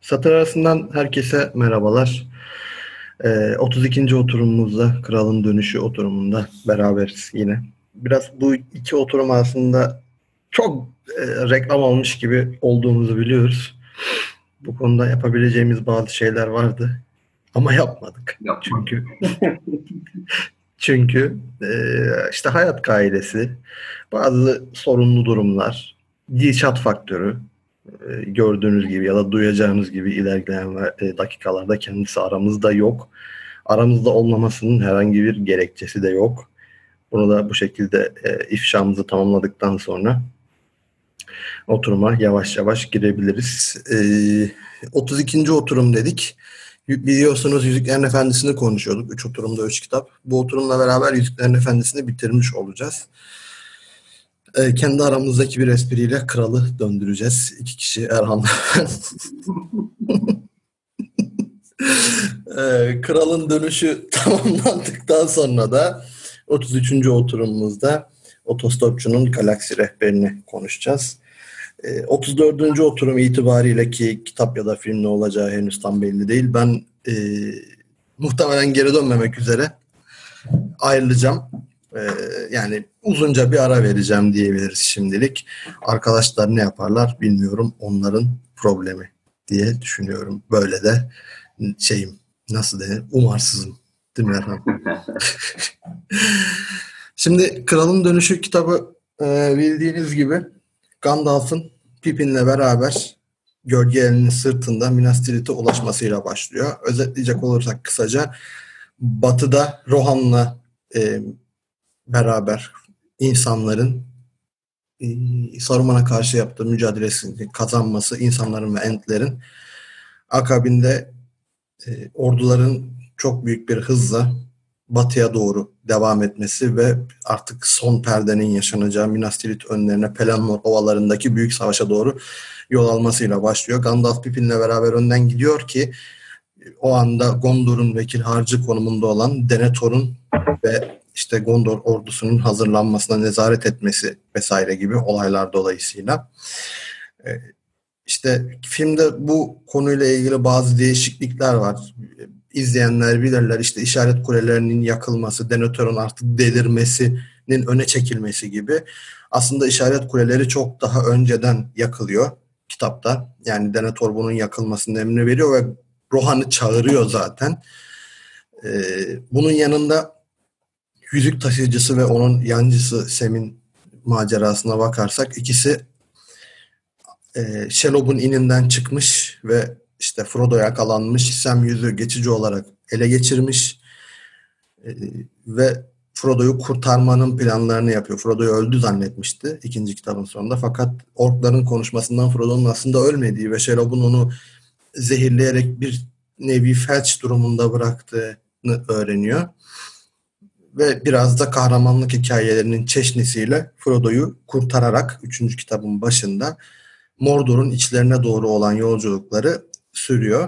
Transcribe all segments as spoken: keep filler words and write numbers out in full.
Satır arasından herkese merhabalar. Ee, otuz ikinci oturumumuzda, Kralın Dönüşü oturumunda beraberiz yine. Biraz bu iki oturum arasında çok e, reklam olmuş gibi olduğumuzu biliyoruz. Bu konuda yapabileceğimiz bazı şeyler vardı ama yapmadık. Yapma. Çünkü çünkü e, işte hayat gailesi, bazı sorunlu durumlar, gidişat faktörü, e, gördüğünüz gibi ya da duyacağınız gibi ilerleyen e, dakikalarda kendisi aramızda yok. Aramızda olmamasının herhangi bir gerekçesi de yok. Bunu da bu şekilde e, ifşamızı tamamladıktan sonra oturuma yavaş yavaş girebiliriz. E, otuz ikinci oturum dedik. Biliyorsunuz Yüzüklerin Efendisi'ni konuşuyorduk. Üç oturumda üç kitap. Bu oturumla beraber Yüzüklerin Efendisi'ni bitirmiş olacağız. E, kendi aramızdaki bir espriyle kralı döndüreceğiz. İki kişi Erhan'la. e, Kralın dönüşü tamamlandıktan sonra da otuz üçüncü oturumumuzda Otostopçu'nun Galaksi Rehberini konuşacağız. E, otuz dördüncü oturum itibariyle ki kitap ya da film ne olacağı henüz tam belli değil. Ben e, muhtemelen geri dönmemek üzere ayrılacağım. Ee, yani uzunca bir ara vereceğim diyebiliriz şimdilik. Arkadaşlar ne yaparlar bilmiyorum. Onların problemi diye düşünüyorum. Böyle de şeyim nasıl denir? Umarsızım. Değil mi Erhan? Şimdi Kralın Dönüşü kitabı e, bildiğiniz gibi Gandalf'ın Pippin'le beraber Gölge Elinin sırtında Minas Tirith'e ulaşmasıyla başlıyor. Özetleyecek olursak kısaca Batı'da Rohan'la e, beraber insanların e, Saruman'a karşı yaptığı mücadelesini kazanması, insanların ve Entlerin akabinde e, orduların çok büyük bir hızla batıya doğru devam etmesi ve artık son perdenin yaşanacağı Minas Tirith önlerine Pelennor ovalarındaki büyük savaşa doğru yol almasıyla başlıyor. Gandalf Pippin'le beraber önden gidiyor ki o anda Gondor'un vekil harcı konumunda olan Denethor'un ve işte Gondor ordusunun hazırlanmasına nezaret etmesi vesaire gibi olaylar dolayısıyla. Ee, işte filmde bu konuyla ilgili bazı değişiklikler var. İzleyenler bilirler, işte işaret kulelerinin yakılması, Denethor'un artık delirmesinin öne çekilmesi gibi. Aslında işaret kuleleri çok daha önceden yakılıyor kitapta. Yani Denethor bunun yakılmasının emrini veriyor ve Rohan'ı çağırıyor zaten. Ee, bunun yanında yüzük taşıyıcısı ve onun yancısı Sem'in macerasına bakarsak ikisi e, Shelob'un ininden çıkmış ve işte Frodo'ya yakalanmış. Sam yüzüğü geçici olarak ele geçirmiş e, ve Frodo'yu kurtarmanın planlarını yapıyor. Frodo'yu öldü zannetmişti ikinci kitabın sonunda. Fakat orkların konuşmasından Frodo'nun aslında ölmediği ve Shelob'un onu zehirleyerek bir nevi felç durumunda bıraktığını öğreniyor. Ve biraz da kahramanlık hikayelerinin çeşnisiyle Frodo'yu kurtararak üçüncü kitabın başında Mordor'un içlerine doğru olan yolculukları sürüyor.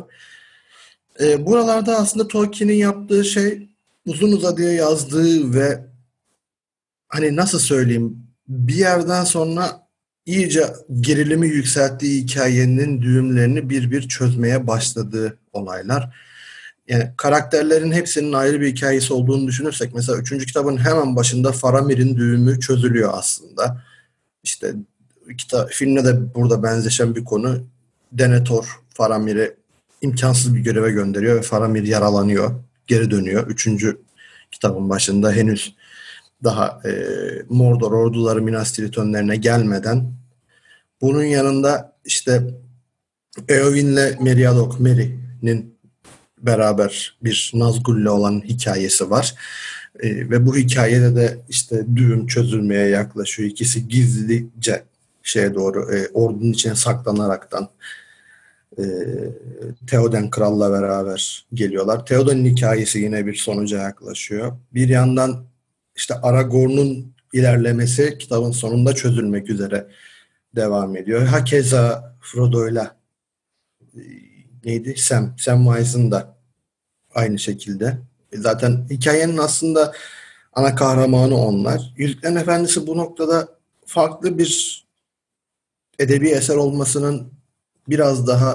E, buralarda aslında Tolkien'in yaptığı şey uzun uzadıya yazdığı ve hani nasıl söyleyeyim bir yerden sonra iyice gerilimi yükselttiği hikayenin düğümlerini bir bir çözmeye başladığı olaylar. Yani karakterlerin hepsinin ayrı bir hikayesi olduğunu düşünürsek mesela üçüncü kitabın hemen başında Faramir'in düğümü çözülüyor aslında. İşte kitap, filmle de burada benzeşen bir konu. Denethor Faramir'i imkansız bir göreve gönderiyor ve Faramir yaralanıyor. Geri dönüyor. Üçüncü kitabın başında henüz daha e, Mordor orduları Minas Tirith önlerine gelmeden. Bunun yanında işte Eowyn'le Meriadoc, Merry'nin beraber bir Nazgul'le olan hikayesi var. E, ve bu hikayede de işte düğüm çözülmeye yaklaşıyor. İkisi gizlice şeye doğru e, ordunun içine saklanaraktan e, Theoden Kral'la beraber geliyorlar. Theoden'in hikayesi yine bir sonuca yaklaşıyor. Bir yandan işte Aragorn'un ilerlemesi kitabın sonunda çözülmek üzere devam ediyor. Hakeza Frodo'yla e, neydi? Sam, Samwise'ın da aynı şekilde. E, Zaten hikayenin aslında ana kahramanı onlar. Yüzüklerin Efendisi bu noktada farklı bir edebi eser olmasının biraz daha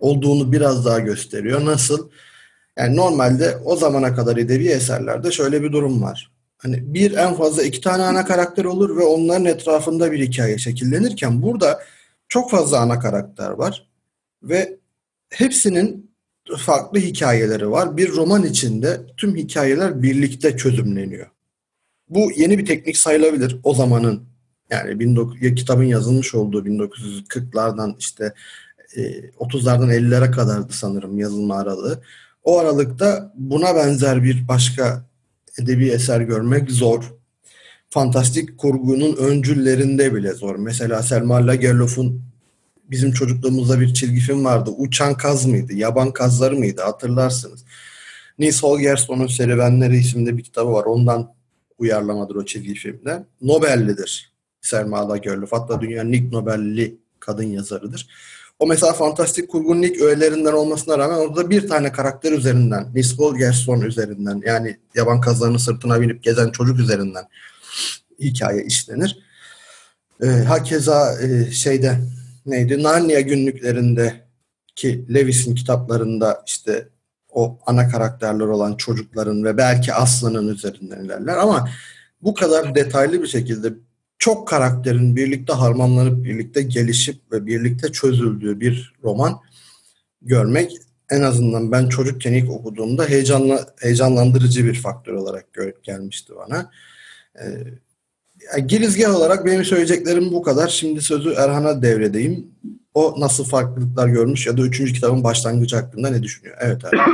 olduğunu biraz daha gösteriyor. Nasıl? Yani normalde o zamana kadar edebi eserlerde şöyle bir durum var. Hani bir en fazla iki tane ana karakter olur ve onların etrafında bir hikaye şekillenirken burada çok fazla ana karakter var ve hepsinin farklı hikayeleri var. Bir roman içinde tüm hikayeler birlikte çözümleniyor. Bu yeni bir teknik sayılabilir o zamanın, yani bin dokuz yüz kitabın yazılmış olduğu bin dokuz yüz kırklardan işte e, otuzlardan ellilere kadardı sanırım yazılma aralığı. O aralıkta buna benzer bir başka edebi eser görmek zor. Fantastik kurgunun öncüllerinde bile zor. Mesela Selma Lagerlöf'ün bizim çocukluğumuzda bir çizgi film vardı. Uçan Kaz mıydı? Yaban Kazları mıydı? Hatırlarsınız. Nils Holgersson'un Serüvenleri isimli bir kitabı var. Ondan uyarlamadır o çizgi filmde. Nobel'lidir Selma Lagerlöf. Hatta dünyanın ilk Nobel'li kadın yazarıdır. O mesela fantastik kurgunun ilk öğelerinden olmasına rağmen orada bir tane karakter üzerinden, Nils Holgersson üzerinden, yani yaban kazlarının sırtına binip gezen çocuk üzerinden hikaye işlenir. Ee, hakeza e, şeyde neydi? Narnia günlüklerindeki Lewis'in kitaplarında işte o ana karakterler olan çocukların ve belki Aslı'nın üzerinden ilerler ama bu kadar detaylı bir şekilde çok karakterin birlikte harmanlanıp birlikte gelişip ve birlikte çözüldüğü bir roman görmek, en azından ben çocukken ilk okuduğumda heyecanla, heyecanlandırıcı bir faktör olarak gel- gelmişti bana. Ee, yani girizgah olarak benim söyleyeceklerim bu kadar. Şimdi sözü Erhan'a devredeyim. O nasıl farklılıklar görmüş ya da üçüncü kitabın başlangıcı hakkında ne düşünüyor? Evet Erhan.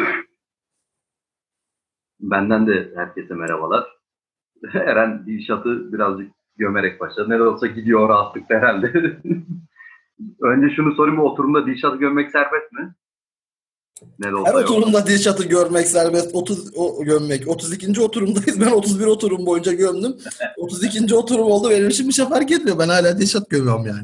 Benden de herkese merhabalar. Eren Dilşat'ı birazcık gömerek başladı. Ne de olsa gidiyor rahatlıkla herhalde. Önce şunu sorayım, oturumda Dilşat'ı gömmek serbest mi? Ne de Her olsa yok. oturumda Dilşat'ı görmek serbest. otuz o, gömmek. otuz ikinci oturumdayız. Ben otuz bir oturum boyunca gömdüm. otuz ikinci oturum oldu. Benim için bir şey fark etmiyor. Ben hala Dilşat gömüyorum yani.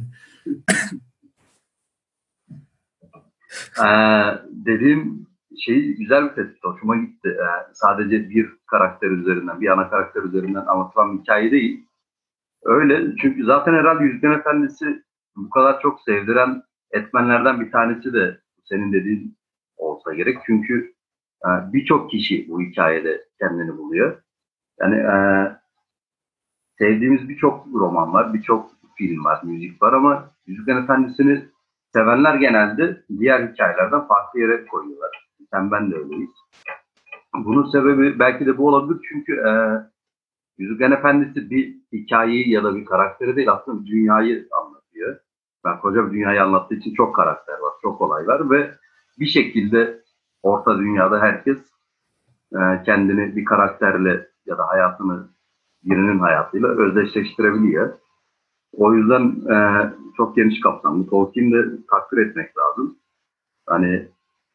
Ee, dediğim şey güzel bir tespit. Hoşuma gitti. Ee, sadece bir karakter üzerinden, bir ana karakter üzerinden anlatılan bir hikaye değil. Öyle. Çünkü zaten herhalde Yüzüklerin Efendisi bu kadar çok sevdiren etmenlerden bir tanesi de senin dediğin olsa gerek. Çünkü e, birçok kişi bu hikayede kendini buluyor. Yani e, sevdiğimiz birçok roman var, birçok film var, müzik var ama Yüzüklerin Efendisi'ni sevenler genelde diğer hikayelerden farklı yere koyuyorlar. Sen ben de öyleyiz. Bunun sebebi belki de bu olabilir çünkü e, Yüzüklerin Efendisi bir hikayeyi ya da bir karakteri değil, aslında bir dünyayı anlatıyor. Ben koca bir dünyayı anlattığı için çok karakter var, çok olay var ve bir şekilde orta dünyada herkes e, kendini bir karakterle ya da hayatını birinin hayatıyla özdeşleştirebiliyor. O yüzden e, çok geniş kapsamlı. Tolkien'i de takdir etmek lazım. Hani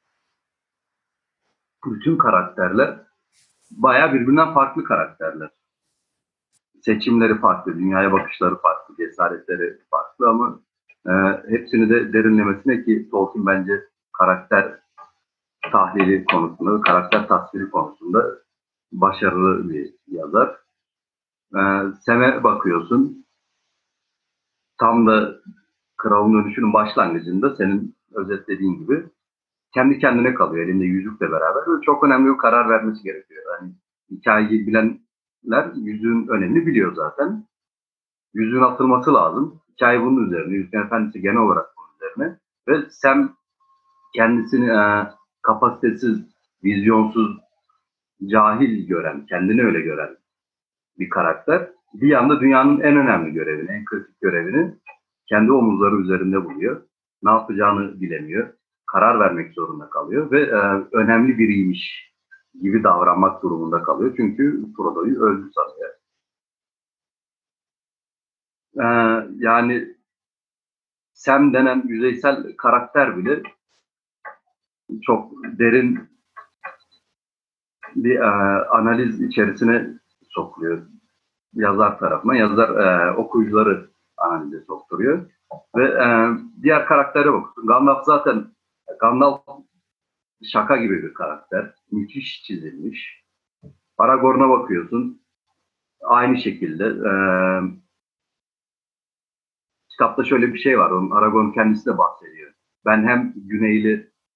bütün karakterler bayağı birbirinden farklı karakterler. Seçimleri farklı, dünyaya bakışları farklı, cesaretleri farklı ama e, hepsini de derinlemesine ki Tolkien bence karakter tahlili konusunda, karakter tasviri konusunda başarılı bir yazar. E, Sem'e bakıyorsun, tam da Kralın Dönüşü'nün başlangıcında senin özetlediğin gibi kendi kendine kalıyor elinde yüzükle beraber. Böyle çok önemli bir karar vermesi gerekiyor. Yani hikayeyi bilenler yüzüğün önemini biliyor zaten. Yüzüğün atılması lazım. Hikaye bunun üzerine. Yüzüklerin Efendisi genel olarak bunun üzerine. Ve Sam kendisini e, kapasitesiz, vizyonsuz, cahil gören, kendini öyle gören bir karakter. Bir yanda dünyanın en önemli görevini, en kritik görevini kendi omuzları üzerinde buluyor. Ne yapacağını bilemiyor. Karar vermek zorunda kalıyor ve e, önemli biriymiş gibi davranmak durumunda kalıyor. Çünkü Frodo'yu öldü sanıyor. E, yani Sam denen yüzeysel karakter bile çok derin bir e, analiz içerisine sokuluyor yazar tarafına. Yazar e, okuyucuları analize sokturuyor. Ve e, diğer karaktere bakıyorsun. Gandalf zaten Gandalf şaka gibi bir karakter. Müthiş çizilmiş. Aragorn'a bakıyorsun. Aynı şekilde. E, kitapta şöyle bir şey var. Onun Aragorn kendisi de bahsediyor. Ben hem güneyli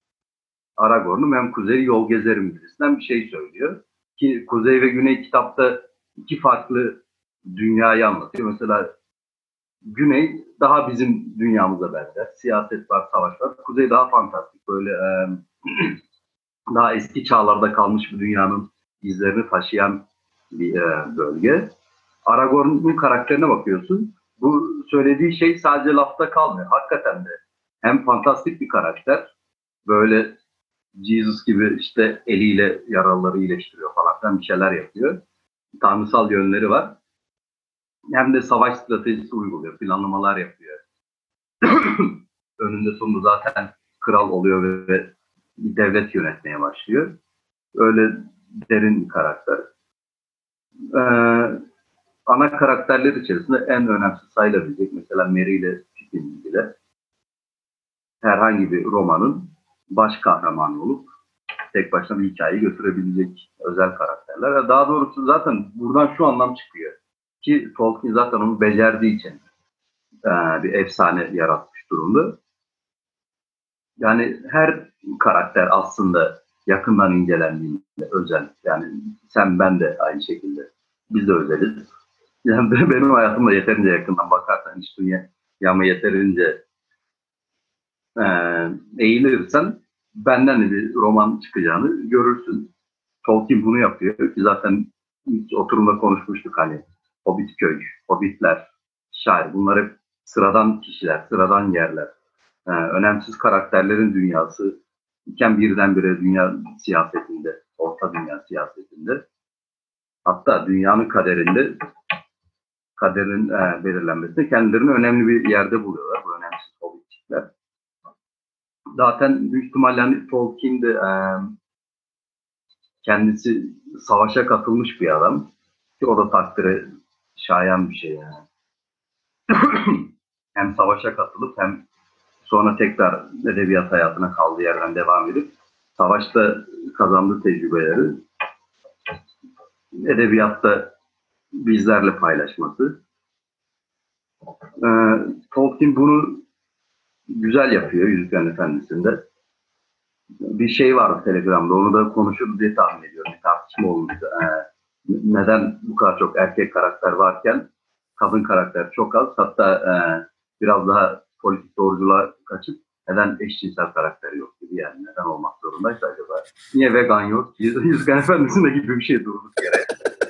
Aragorn'um hem Kuzey yol gezerim gibisinden bir şey söylüyor. Ki Kuzey ve Güney kitapta iki farklı dünyayı anlatıyor. Mesela Güney daha bizim dünyamıza benzer. Siyaset var, savaş var. Kuzey daha fantastik. Böyle e, daha eski çağlarda kalmış bir dünyanın izlerini taşıyan bir e, bölge. Aragorn'un karakterine bakıyorsun. Bu söylediği şey sadece lafta kalmıyor. Hakikaten de hem fantastik bir karakter, böyle Jesus gibi işte eliyle yaralıları iyileştiriyor falan filan bir şeyler yapıyor. Tanrısal yönleri var. Hem de savaş stratejisi uyguluyor, planlamalar yapıyor. Önünde sonunda zaten kral oluyor ve bir devlet yönetmeye başlıyor. Öyle derin bir karakter. Ee, ana karakterler içerisinde en önemlisi sayılabilecek mesela Merry ile Pippin gibi herhangi bir romanın baş kahramanı olup tek başına bir hikayeyi götürebilecek özel karakterler. Daha doğrusu zaten buradan şu anlam çıkıyor ki Tolkien zaten onu becerdiği için e, bir efsane yaratmış durumda. Yani her karakter aslında yakından incelendiğinde özel. Yani sen ben de aynı şekilde. Biz de özeliz. Yani benim hayatımda yeterince yakından bakarsan, iş dünyama yeterince e, eğilirsen benden de bir roman çıkacağını görürsün. Tolkien bunu yapıyor ki zaten ilk oturumda konuşmuştuk hani Hobbit köy, Hobbitler, şair bunlar hep sıradan kişiler, sıradan yerler. Ee, önemsiz karakterlerin dünyası iken birdenbire dünya siyasetinde, orta dünya siyasetinde hatta dünyanın kaderinde kaderin e, belirlenmesinde kendilerini önemli bir yerde buluyorlar bu önemsiz Hobbitler. Zaten büyük ihtimalle hani Tolkien de e, kendisi savaşa katılmış bir adam. Ki o da takdire şayan bir şey yani. Hem savaşa katılıp hem sonra tekrar edebiyat hayatına kaldığı yerden devam edip savaşta kazandığı tecrübeleri edebiyatta bizlerle paylaşması. Ee, Tolkien bunu güzel yapıyor Yüzüklerin Efendisi'nde. Bir şey vardı Telegram'da, onu da konuşuruz diye tahmin ediyorum. Bir tartışma olmuştu. Ee, neden bu kadar çok erkek karakter varken kadın karakter çok az, hatta e, biraz daha politik doğruculuğa kaçıp neden eşcinsel karakteri yok gibi, yani neden olmak zorundaysa acaba? Niye vegan yok? Yüzüklerin Efendisi'nde gibi bir şey durduk yere.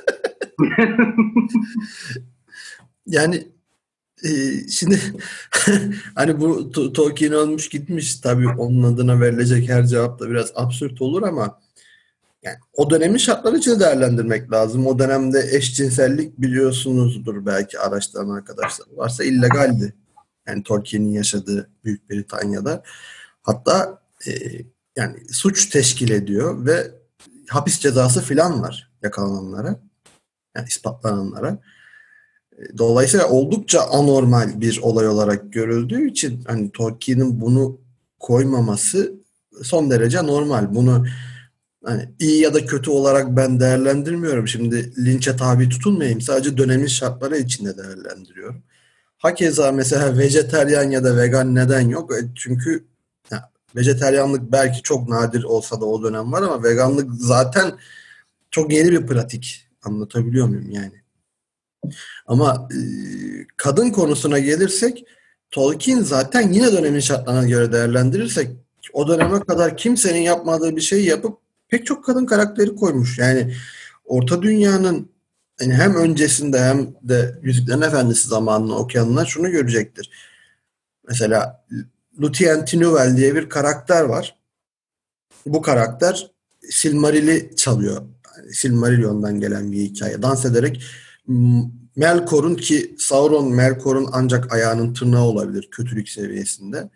Yani e, şimdi hani bu to- Tolkien olmuş gitmiş, tabii onun adına verilecek her cevap da biraz absürt olur ama yani o dönemin şartları için değerlendirmek lazım. O dönemde eşcinsellik, biliyorsunuzdur belki araştıran arkadaşlar varsa, illegaldi. Yani Tolkien'in yaşadığı Büyük Britanya'da. Hatta e, yani suç teşkil ediyor ve hapis cezası filan var yakalananlara, yani ispatlananlara. E, Dolayısıyla oldukça anormal bir olay olarak görüldüğü için hani Tolkien'in bunu koymaması son derece normal. Bunu hani iyi ya da kötü olarak ben değerlendirmiyorum. Şimdi linçe tabi tutulmayayım. Sadece dönemin şartları içinde değerlendiriyorum. Hakeza mesela vejeteryan ya da vegan neden yok? E, Çünkü ya, vejeteryanlık belki çok nadir olsa da o dönem var ama veganlık zaten çok yeni bir pratik. Anlatabiliyor muyum yani? Ama e, kadın konusuna gelirsek, Tolkien zaten yine dönemin şartlarına göre değerlendirirsek o döneme kadar kimsenin yapmadığı bir şeyi yapıp pek çok kadın karakteri koymuş. Yani Orta Dünya'nın yani hem öncesinde hem de Yüzüklerin Efendisi zamanını okuyanlar şunu görecektir. Mesela Luthien Tinuvel diye bir karakter var. Bu karakter Silmaril'i çalıyor. Yani Silmarillion'dan gelen bir hikaye. Dans ederek Melkor'un, ki Sauron Melkor'un ancak ayağının tırnağı olabilir kötülük seviyesinde,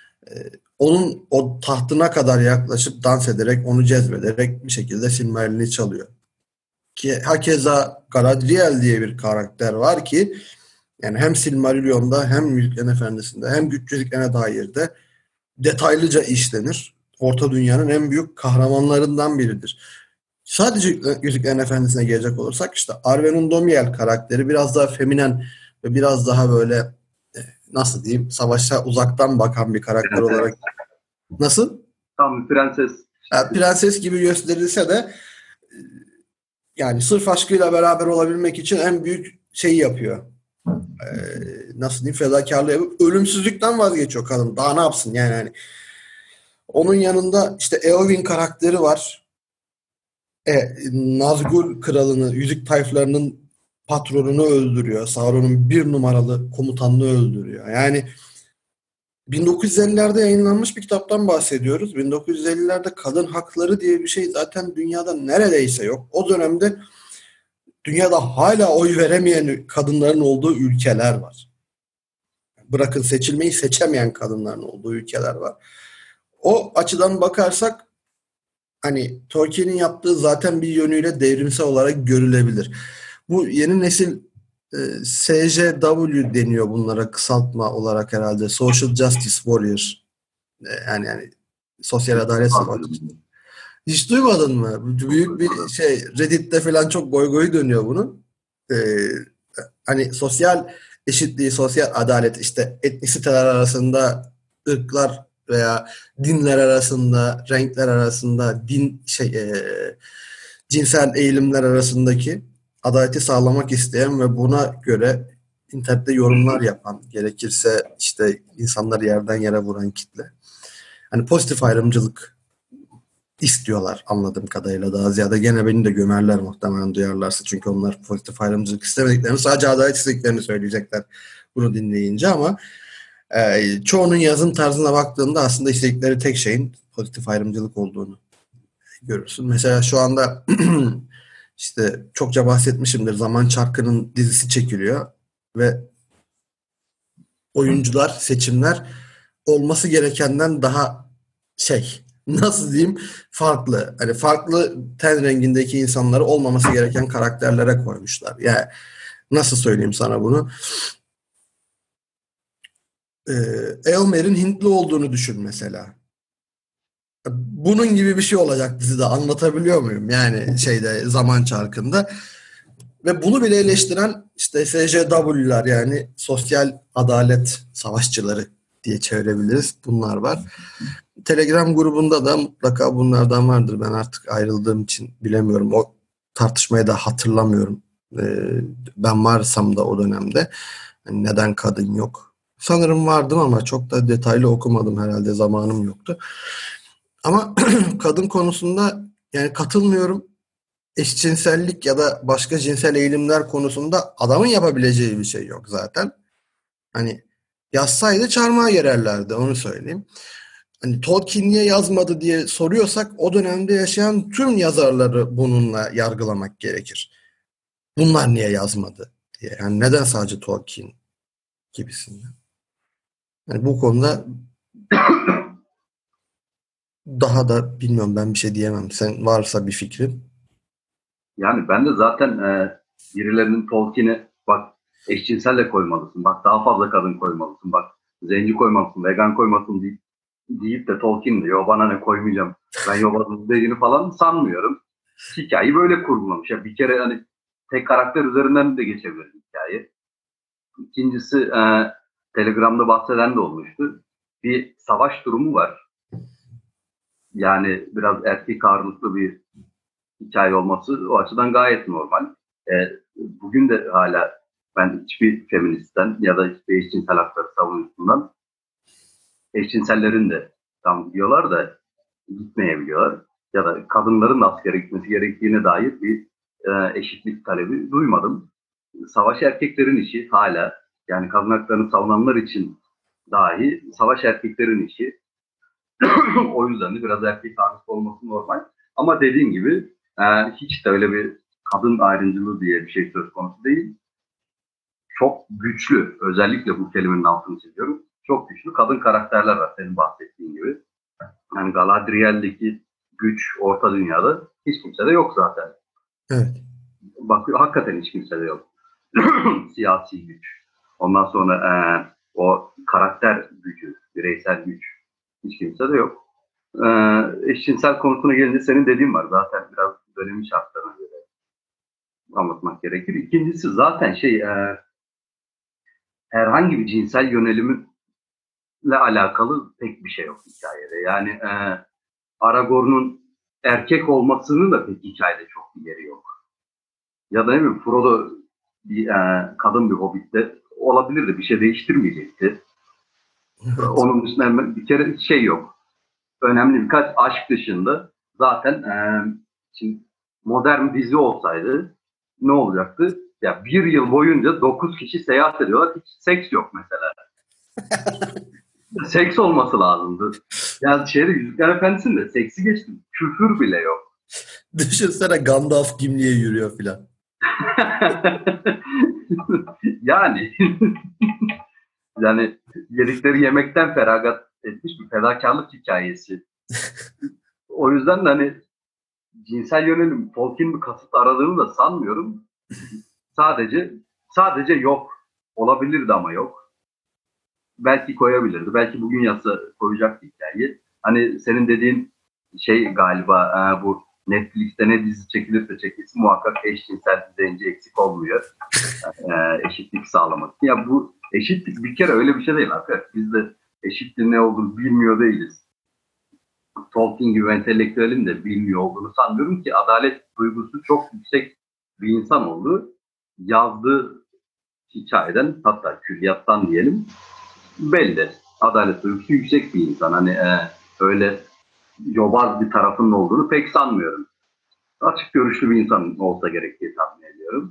onun o tahtına kadar yaklaşıp dans ederek, onu cezbederek bir şekilde Silmarillion'i çalıyor. Ki hakeza Galadriel diye bir karakter var ki yani hem Silmarillion'da hem Yüzüklerin Efendisi'nde hem Güç Yüzüklerine dair de detaylıca işlenir. Orta Dünya'nın en büyük kahramanlarından biridir. Sadece Yüzüklerin Efendisi'ne gelecek olursak işte Arwen Undomiel karakteri biraz daha feminen ve biraz daha böyle e, nasıl diyeyim, savaşa uzaktan bakan bir karakter olarak. Nasıl? Tam bir prenses. Yani prenses gibi gösterilse de yani sırf aşkıyla beraber olabilmek için en büyük şeyi yapıyor. Ee, nasıl diyeyim, fedakarlığı yapıp ölümsüzlükten vazgeçiyor kadın. Daha ne yapsın yani hani. Onun yanında işte Eowyn karakteri var. E, Nazgul kralını, yüzük tayflarının patronunu öldürüyor. Sauron'un bir numaralı komutanını öldürüyor. Yani bin dokuz yüz ellilerde yayınlanmış bir kitaptan bahsediyoruz. bin dokuz yüz ellilerde kadın hakları diye bir şey zaten dünyada neredeyse yok. O dönemde dünyada hala oy veremeyen kadınların olduğu ülkeler var. Bırakın seçilmeyi, seçemeyen kadınların olduğu ülkeler var. O açıdan bakarsak hani Tolkien'in yaptığı zaten bir yönüyle devrimsel olarak görülebilir. Bu yeni nesil e, S J W deniyor bunlara, kısaltma olarak herhalde. Social Justice Warrior. E, yani yani sosyal adalet savaşçısı. Hiç duymadın mı? Büyük bir şey, Reddit'te falan çok goy goy dönüyor bunun. Ee, hani sosyal eşitliği, sosyal adalet, işte etnisiteler arasında, ırklar veya dinler arasında, renkler arasında, din şey e, cinsel eğilimler arasındaki adaleti sağlamak isteyen ve buna göre internette yorumlar yapan, gerekirse işte insanları yerden yere vuran kitle. Hani pozitif ayrımcılık istiyorlar anladığım kadarıyla daha ziyade. Gene beni de gömerler muhtemelen duyarlarsa. Çünkü onlar pozitif ayrımcılık istemediklerini, sadece adalet istediklerini söyleyecekler bunu dinleyince, ama e, çoğunun yazım tarzına baktığında aslında istedikleri tek şeyin pozitif ayrımcılık olduğunu görürsün. Mesela şu anda işte çokça bahsetmişimdir. Zaman Çarkı'nın dizisi çekiliyor ve oyuncular, seçimler olması gerekenden daha şey, nasıl diyeyim, farklı. Hani farklı ten rengindeki insanları olmaması gereken karakterlere koymuşlar. Yani nasıl söyleyeyim sana bunu? Ee, Elmer'in Hintli olduğunu düşün mesela. Bunun gibi bir şey olacak dizide, anlatabiliyor muyum? Yani şeyde, Zaman Çarkı'nda. Ve bunu bile eleştiren işte S J W'lar, yani sosyal adalet savaşçıları diye çevirebiliriz. Bunlar var. Telegram grubunda da mutlaka bunlardan vardır. Ben artık ayrıldığım için bilemiyorum. O tartışmayı da hatırlamıyorum. Ee, ben varsam da o dönemde. Hani neden kadın yok? Sanırım vardım ama çok da detaylı okumadım herhalde. Zamanım yoktu. Ama kadın konusunda yani katılmıyorum. Eşcinsellik ya da başka cinsel eğilimler konusunda adamın yapabileceği bir şey yok zaten. Hani yazsaydı çarmıha gererlerdi, onu söyleyeyim. Hani Tolkien niye yazmadı diye soruyorsak, o dönemde yaşayan tüm yazarları bununla yargılamak gerekir. Bunlar niye yazmadı diye. Yani neden sadece Tolkien gibisinden. Yani bu konuda daha da bilmiyorum, ben bir şey diyemem. Sen varsa bir fikrin. Yani ben de zaten e, birilerinin Tolkien'e bak eşcinselle koymalısın, bak daha fazla kadın koymalısın, bak zenci koymalısın, vegan koymalısın deyip, deyip de Tolkien diyor, bana ne koymayacağım, ben yobazım dediğini falan sanmıyorum. Hikayeyi böyle kurgulamış. Ya bir kere hani tek karakter üzerinden de geçebilir hikaye. İkincisi e, Telegram'da bahseden de olmuştu. Bir savaş durumu var. Yani biraz erkek ağırlıklı bir hikaye olması o açıdan gayet normal. E, bugün de hala ben hiçbir feministten ya da hiçbir eşcinsel hakları savunucusundan, eşcinsellerin de tam diyorlar da gitmeyebiliyorlar. Ya da kadınların da askere gitmesi gerektiğine dair bir e, eşitlik talebi duymadım. Savaş erkeklerin işi hala, yani kadın haklarını savunanlar için dahi savaş erkeklerin işi. O yüzden de biraz erkek ağırlıklı olması normal. Ama dediğim gibi e, hiç de öyle bir kadın ayrımcılığı diye bir şey söz konusu değil. Çok güçlü, özellikle bu kelimenin altını çiziyorum. Çok güçlü kadın karakterler var senin bahsettiğin gibi. Yani Galadriel'deki güç Orta Dünya'da hiç kimsede yok zaten. Evet. Bak hakikaten hiç kimsede yok. Siyasi güç. Ondan sonra e, o karakter gücü, bireysel güç hiç kimsede yok. E, eşcinsel konusuna gelince senin dediğin var. Zaten biraz dönemin şartlarına göre anlatmak gerekir. İkincisi zaten şey e, herhangi bir cinsel yöneliminle alakalı pek bir şey yok hikayede. Yani e, Aragorn'un erkek olmasının da pek hikayede çok bir yeri yok. Ya da ne bileyim Frodo bir, e, kadın bir hobbitte olabilirdi. Bir şey değiştirmeyecekti. Evet. Onun dışında hemen bir kere şey yok. Önemli birkaç aşk dışında zaten e, şimdi modern dizi olsaydı ne olacaktı? Ya bir yıl boyunca dokuz kişi seyahat ediyorlar. Hiç seks yok mesela. Seks olması lazımdı. Ya şeyde Yüzükler Efendisi'nde seksi geçtim. Küfür bile yok. Düşünsene Gandalf Gimli'ye yürüyor filan. yani yani yedikleri yemekten feragat etmiş bir fedakarlık hikayesi. O yüzden de hani cinsel yönelim Tolkien bir kasıt aradığını da sanmıyorum. Sadece sadece yok. Olabilirdi ama yok. Belki koyabilirdi. Belki bugün yazsa koyacaktı hikayeyi. Hani senin dediğin şey galiba e, bu Netflix'te ne dizi çekilirse çekilsin muhakkak eşcinsel zenci eksik olmuyor. E, eşitlik sağlamak. Ya bu eşitlik bir kere öyle bir şey değil arkadaşlar. Biz de eşitliğin ne olduğunu bilmiyor değiliz. Tolkien gibi entelektüelin de bilmiyor olduğunu sanmıyorum ki adalet duygusu çok yüksek bir insan oldu. Yazdığı hikayeden hatta külliyattan diyelim belli. Adalet duygusu yüksek bir insan. Hani e, öyle yobaz bir tarafının olduğunu pek sanmıyorum. Açık görüşlü bir insan olsa gerek diye tahmin ediyorum.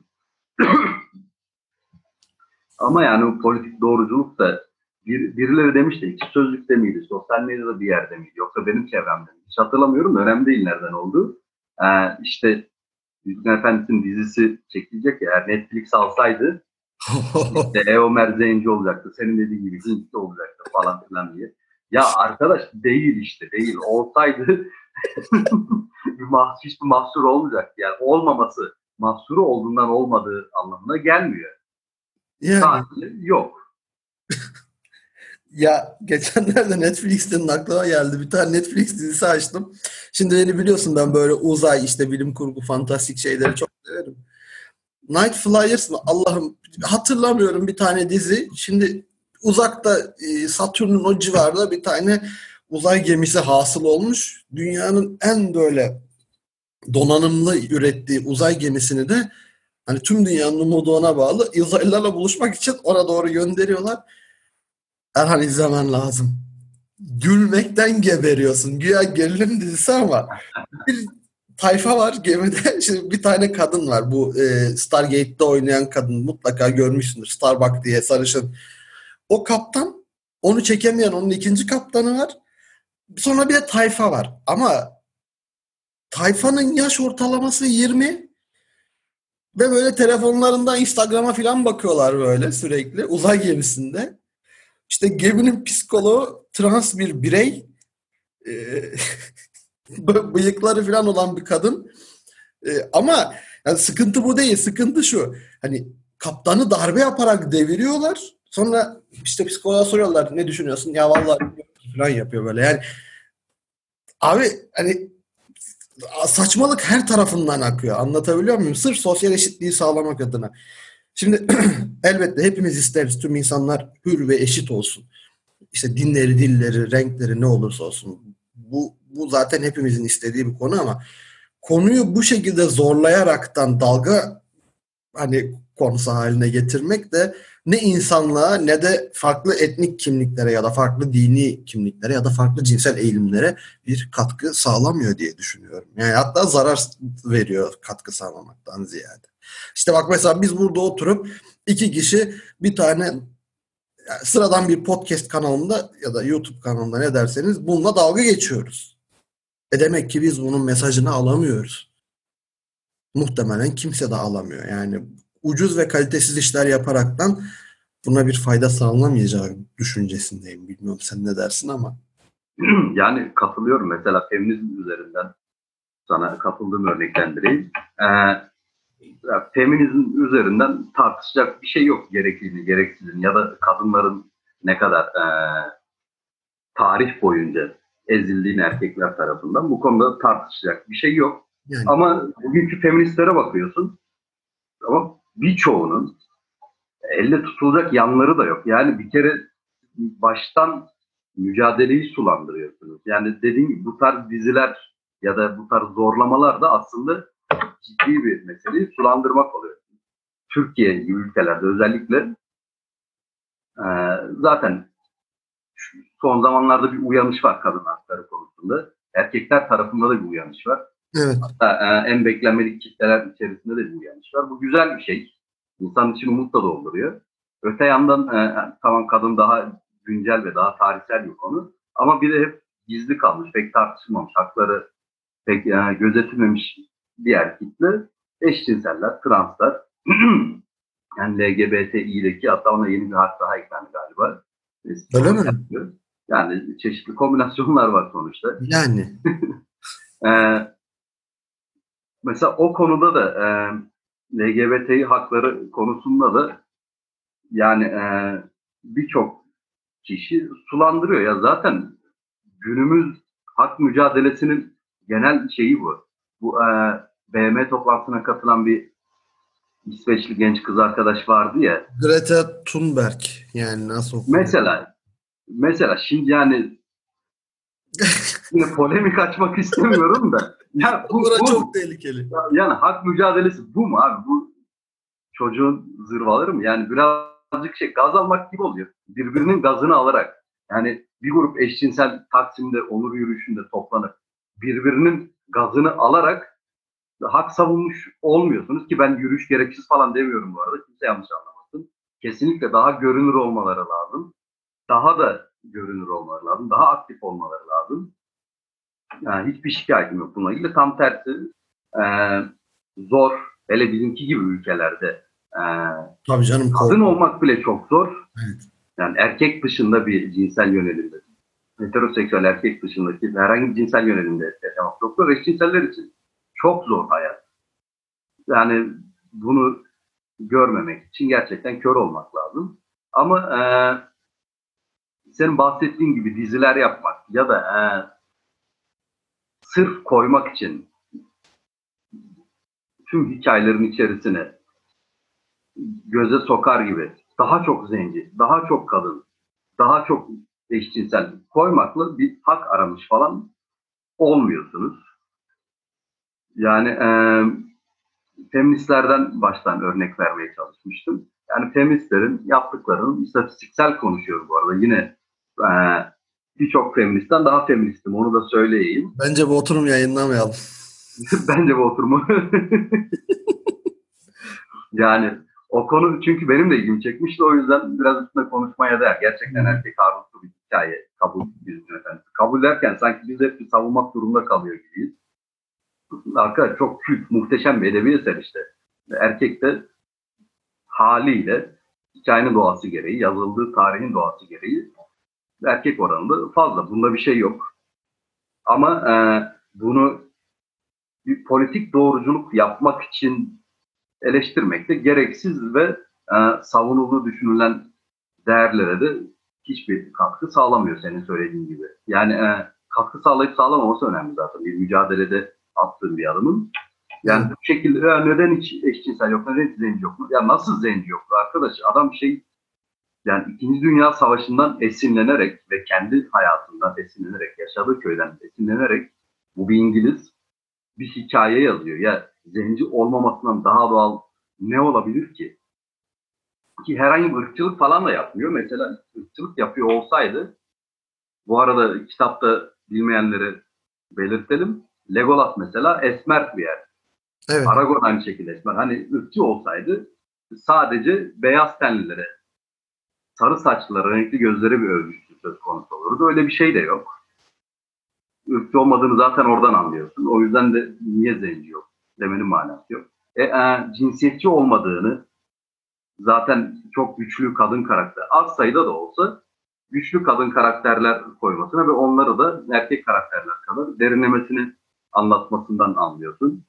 Ama yani bu politik doğruculuk da bir, birileri demiş de iki sözlükte miydi, sosyal medyada bir yerde miydi, yoksa benim çevremde mi? Hiç hatırlamıyorum da önemli değil nereden oldu. Ee, işte Yüzüklerin Efendisi'nin dizisi çekilecek ya, eğer Netflix alsaydı işte Eomer Zenci olacaktı, senin dediğin gibi Hintli olacaktı falan filan diye. Ya arkadaş değil işte değil. Olsaydı bir mahsur, hiçbir mahsur olmayacaktı. Yani olmaması mahsuru olduğundan olmadığı anlamına gelmiyor. Yani Sadece yok. ya geçenlerde Netflix'ten aklıma geldi. Bir tane Netflix dizisi açtım. Şimdi beni biliyorsun, ben böyle uzay, işte bilim kurgu, fantastik şeyleri çok severim. Night Flyers mı? Allah'ım, hatırlamıyorum, bir tane dizi. Şimdi uzakta e, Satürn'ün o civarında bir tane uzay gemisi hasıl olmuş. Dünyanın en böyle donanımlı ürettiği uzay gemisini de hani tüm dünyanın umudu ona bağlı. Uzaylılarla buluşmak için ona doğru gönderiyorlar. Erhan, izlemen lazım. Gülmekten geberiyorsun. Güya gerilim dizisi ama bir tayfa var gemide. Şimdi bir tane kadın var. Bu e, Stargate'de oynayan kadın. Mutlaka görmüşsündür. Starbuck diye, sarışın. O kaptan, onu çekemeyen onun ikinci kaptanı var. Sonra bir de tayfa var. Ama tayfanın yaş ortalaması yirmi ve böyle telefonlarından Instagram'a falan bakıyorlar böyle sürekli uzay gemisinde. İşte geminin psikoloğu trans bir birey. E, bıyıkları falan olan bir kadın. E, ama yani sıkıntı bu değil. Sıkıntı şu. Hani kaptanı darbe yaparak deviriyorlar. Sonra işte psikoloğa soruyorlar, ne düşünüyorsun? Ya vallahi falan yapıyor böyle. Yani abi hani saçmalık her tarafından akıyor. Anlatabiliyor muyum? Sırf sosyal eşitliği sağlamak adına. Şimdi elbette hepimiz isteriz tüm insanlar hür ve eşit olsun. İşte dinleri, dilleri, renkleri ne olursa olsun. Bu, bu zaten hepimizin istediği bir konu ama konuyu bu şekilde zorlayaraktan dalga hani konusu haline getirmek de ne insanlığa ne de farklı etnik kimliklere ya da farklı dini kimliklere ya da farklı cinsel eğilimlere bir katkı sağlamıyor diye düşünüyorum. Yani hatta zarar veriyor katkı sağlamaktan ziyade. İşte bak mesela biz burada oturup iki kişi bir tane yani sıradan bir podcast kanalında ya da YouTube kanalında ne derseniz bununla dalga geçiyoruz. E demek ki biz bunun mesajını alamıyoruz. Muhtemelen kimse de alamıyor. Yani ucuz ve kalitesiz işler yaparaktan buna bir fayda sağlanamayacağı düşüncesindeyim. Bilmiyorum sen ne dersin ama. Yani katılıyorum. Mesela feminizm üzerinden sana katıldığım örneklendireyim. Ee, feminizm üzerinden tartışacak bir şey yok. Gerekliliğini, gereksizliğini ya da kadınların ne kadar e, tarih boyunca ezildiğini erkekler tarafından. Bu konuda tartışacak bir şey yok. Yani Ama bugünkü feministlere bakıyorsun. Ama birçoğunun elle tutulacak yanları da yok. Yani bir kere baştan mücadeleyi sulandırıyorsunuz. Yani dediğim gibi bu tarz diziler ya da bu tarz zorlamalar da aslında ciddi bir meseleyi sulandırmak oluyor. Türkiye gibi ülkelerde özellikle e, zaten son zamanlarda bir uyanış var kadın hakları konusunda. Erkekler tarafında da bir uyanış var. Evet. Hatta e, en beklenmedik kitleler içerisinde de bir uyanış var. Bu güzel bir şey. İnsanın için umutla dolduruyor. Öte yandan e, tamam kadın daha güncel ve daha tarihsel bir konu. Ama bir de hep gizli kalmış, pek tartışılmamış, hakları pek e, gözetilmemiş diğer kitle eşcinseller, translar. Yani L G B T İ'deki hatta ona yeni bir harf daha eklendi galiba. Öyle mi? Yani çeşitli kombinasyonlar var sonuçta. Yani. Ee, mesela o konuda da e, L G B T hakları konusunda da yani e, birçok kişi sulandırıyor. Ya zaten günümüz hak mücadelesinin genel şeyi bu. Bu e, B M toplantısına katılan bir İsveçli genç kız arkadaş vardı ya. Greta Thunberg. Yani nasıl okunuyor? Mesela mesela şimdi yani yine polemik açmak istemiyorum da ya bu, Bura bu çok tehlikeli. yani hak mücadelesi bu mu abi? Bu çocuğun zırvaları mı? Yani birazcık şey gaz almak gibi oluyor. Birbirinin gazını alarak. Yani bir grup eşcinsel Taksim'de onur yürüyüşünde toplanıp birbirinin gazını alarak hak savunmuş olmuyorsunuz ki ben yürüyüş gereksiz falan demiyorum bu arada. Kimse yanlış anlamasın. Kesinlikle daha görünür olmaları lazım. Daha da görünür olmaları lazım. Daha aktif olmaları lazım. Yani hiçbir şikayetim yok bununla ilgili. Tam tersi e, zor. Hele bizimki gibi ülkelerde e, Tabii canım. kadın Korkunç. olmak bile çok zor. Evet. Yani erkek dışında bir cinsel yönelimde. Heteroseksüel erkek dışındaki herhangi bir cinsel yönelimde yaşamak çok zor. Eşcinseller için çok zor hayat. Yani bunu görmemek için gerçekten kör olmak lazım. Ama e, senin bahsettiğin gibi diziler yapmak ya da e, sırf koymak için tüm hikayelerin içerisine göze sokar gibi daha çok zenci, daha çok kadın, daha çok eşcinsel koymakla bir hak aramış falan olmuyorsunuz. Yani e, feministlerden baştan örnek vermeye çalışmıştım. Yani feministlerin yaptıklarının istatistiksel konuşuyorum bu arada. Yine e, birçok feministten daha feministim, onu da söyleyeyim. Bence bu oturum yayınlamayalım. Bence bu oturumu yani o konu çünkü benim de ilgimi çekmişti. O yüzden biraz üstüne konuşmaya değer. Gerçekten erkek ağırlıklı bir hikaye. Kabul yüzünden efendim. Kabul derken sanki biz hep bir savunmak durumunda kalıyor gibiyiz. Arkadaşlar çok kült, muhteşem bir edebi eser işte. Erkek de haliyle hikayenin doğası gereği, yazıldığı tarihin doğası gereği erkek oranında fazla. Bunda bir şey yok. Ama e, bunu bir politik doğruculuk yapmak için eleştirmek de gereksiz ve e, savunulduğu düşünülen değerlere de hiçbir katkı sağlamıyor senin söylediğin gibi. Yani e, katkı sağlayıp sağlamaması önemli zaten. Bir mücadelede attığın bir adımın. Yani evet. Bu şekilde ya neden hiç eşcinsel yok, neden hiç zenci yok? Ya nasıl zenci yok? Arkadaş adam şey yani İkinci Dünya Savaşı'ndan esinlenerek ve kendi hayatından esinlenerek, yaşadığı köyden esinlenerek bu bir İngiliz bir hikaye yazıyor. Ya zenci olmamasından daha doğal ne olabilir ki? Ki herhangi bir ırkçılık falan da yapmıyor. Mesela ırkçılık yapıyor olsaydı, bu arada kitapta bilmeyenleri belirtelim. Legolas mesela esmer bir yer. Evet. Aragorn aynı şekilde esmer. Hani ırkçı olsaydı sadece beyaz tenlilere, sarı saçlılara, renkli gözlere bir övgüsü söz konusu olurdu. Öyle bir şey de yok. Irkçı olmadığını zaten oradan anlıyorsun. O yüzden de niye zenci yok demenin manası yok. E, e, cinsiyetçi olmadığını zaten çok güçlü kadın karakter, az sayıda da olsa güçlü kadın karakterler koymasına ve onları da erkek karakterler kadar derinlemesini anlatmasından anlıyorsun.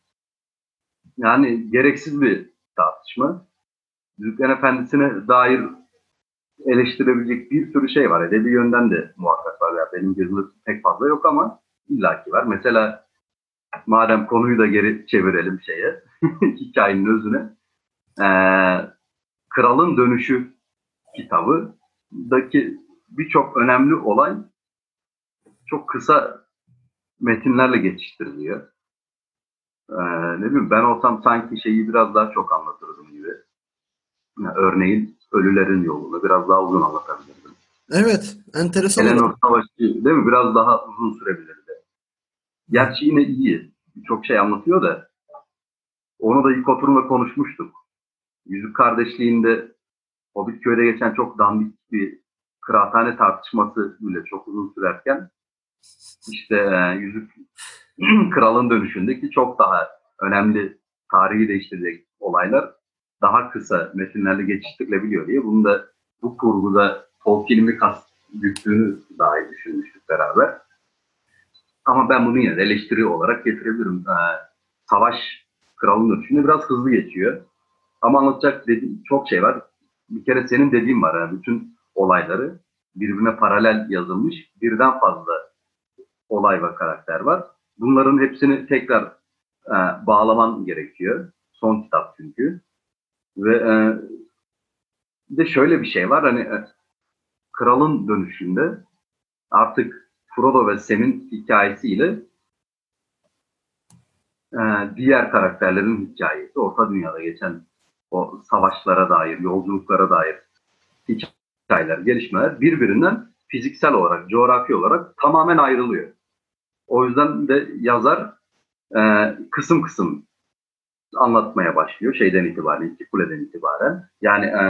Yani gereksiz bir tartışma. Yüzüklerin Efendisi'ne dair eleştirebilecek bir sürü şey var. Edebi yönden de muhakkak var. Yani benim gözümde pek fazla yok ama illaki var. Mesela madem konuyu da geri çevirelim şeye, hikayenin özüne. Ee, Kralın Dönüşü kitabıdaki birçok önemli olay çok kısa metinlerle geçiştiriliyor. Ee, ne bileyim ben olsam sanki şeyi biraz daha çok anlatırdım gibi. Yani örneğin Ölülerin Yolu'nu biraz daha uzun anlatabilirdim. Evet, enteresan olur. Eleanor Savaşı değil mi? Biraz daha uzun sürebilirdi. Gerçi yine iyi. Çok şey anlatıyor da onu da ilk oturumda konuşmuştuk. Yüzük Kardeşliği'nde Hobitköy'de geçen çok dandik bir kıraathane tartışması bile çok uzun sürerken işte e, Yüzük Kralın Dönüşü'ndeki çok daha önemli tarihi değiştirecek olaylar daha kısa metinlerle geçiştirilebiliyor diye. Bunu da bu kurguda Tolkien'in mi kastettiğini dahi düşünmüştük beraber. Ama ben bunu yine de eleştiri olarak getirebilirim. Ee, Savaş Kralın Dönüşü'nde biraz hızlı geçiyor. Ama anlatacak dediğim çok şey var. Bir kere senin dediğin var. Yani bütün olayları birbirine paralel yazılmış birden fazla olay ve karakter var. Bunların hepsini tekrar e, bağlaman gerekiyor. Son kitap çünkü. Ve e, bir de şöyle bir şey var. Hani e, Kralın Dönüşü'nde artık Frodo ve Sam'in hikayesiyle e, diğer karakterlerin hikayesi, Orta Dünya'da geçen o savaşlara dair, yolculuklara dair hikayeler, gelişmeler birbirinden fiziksel olarak, coğrafi olarak tamamen ayrılıyor. O yüzden de yazar e, kısım kısım anlatmaya başlıyor şeyden itibaren, iki kuleden itibaren. Yani e,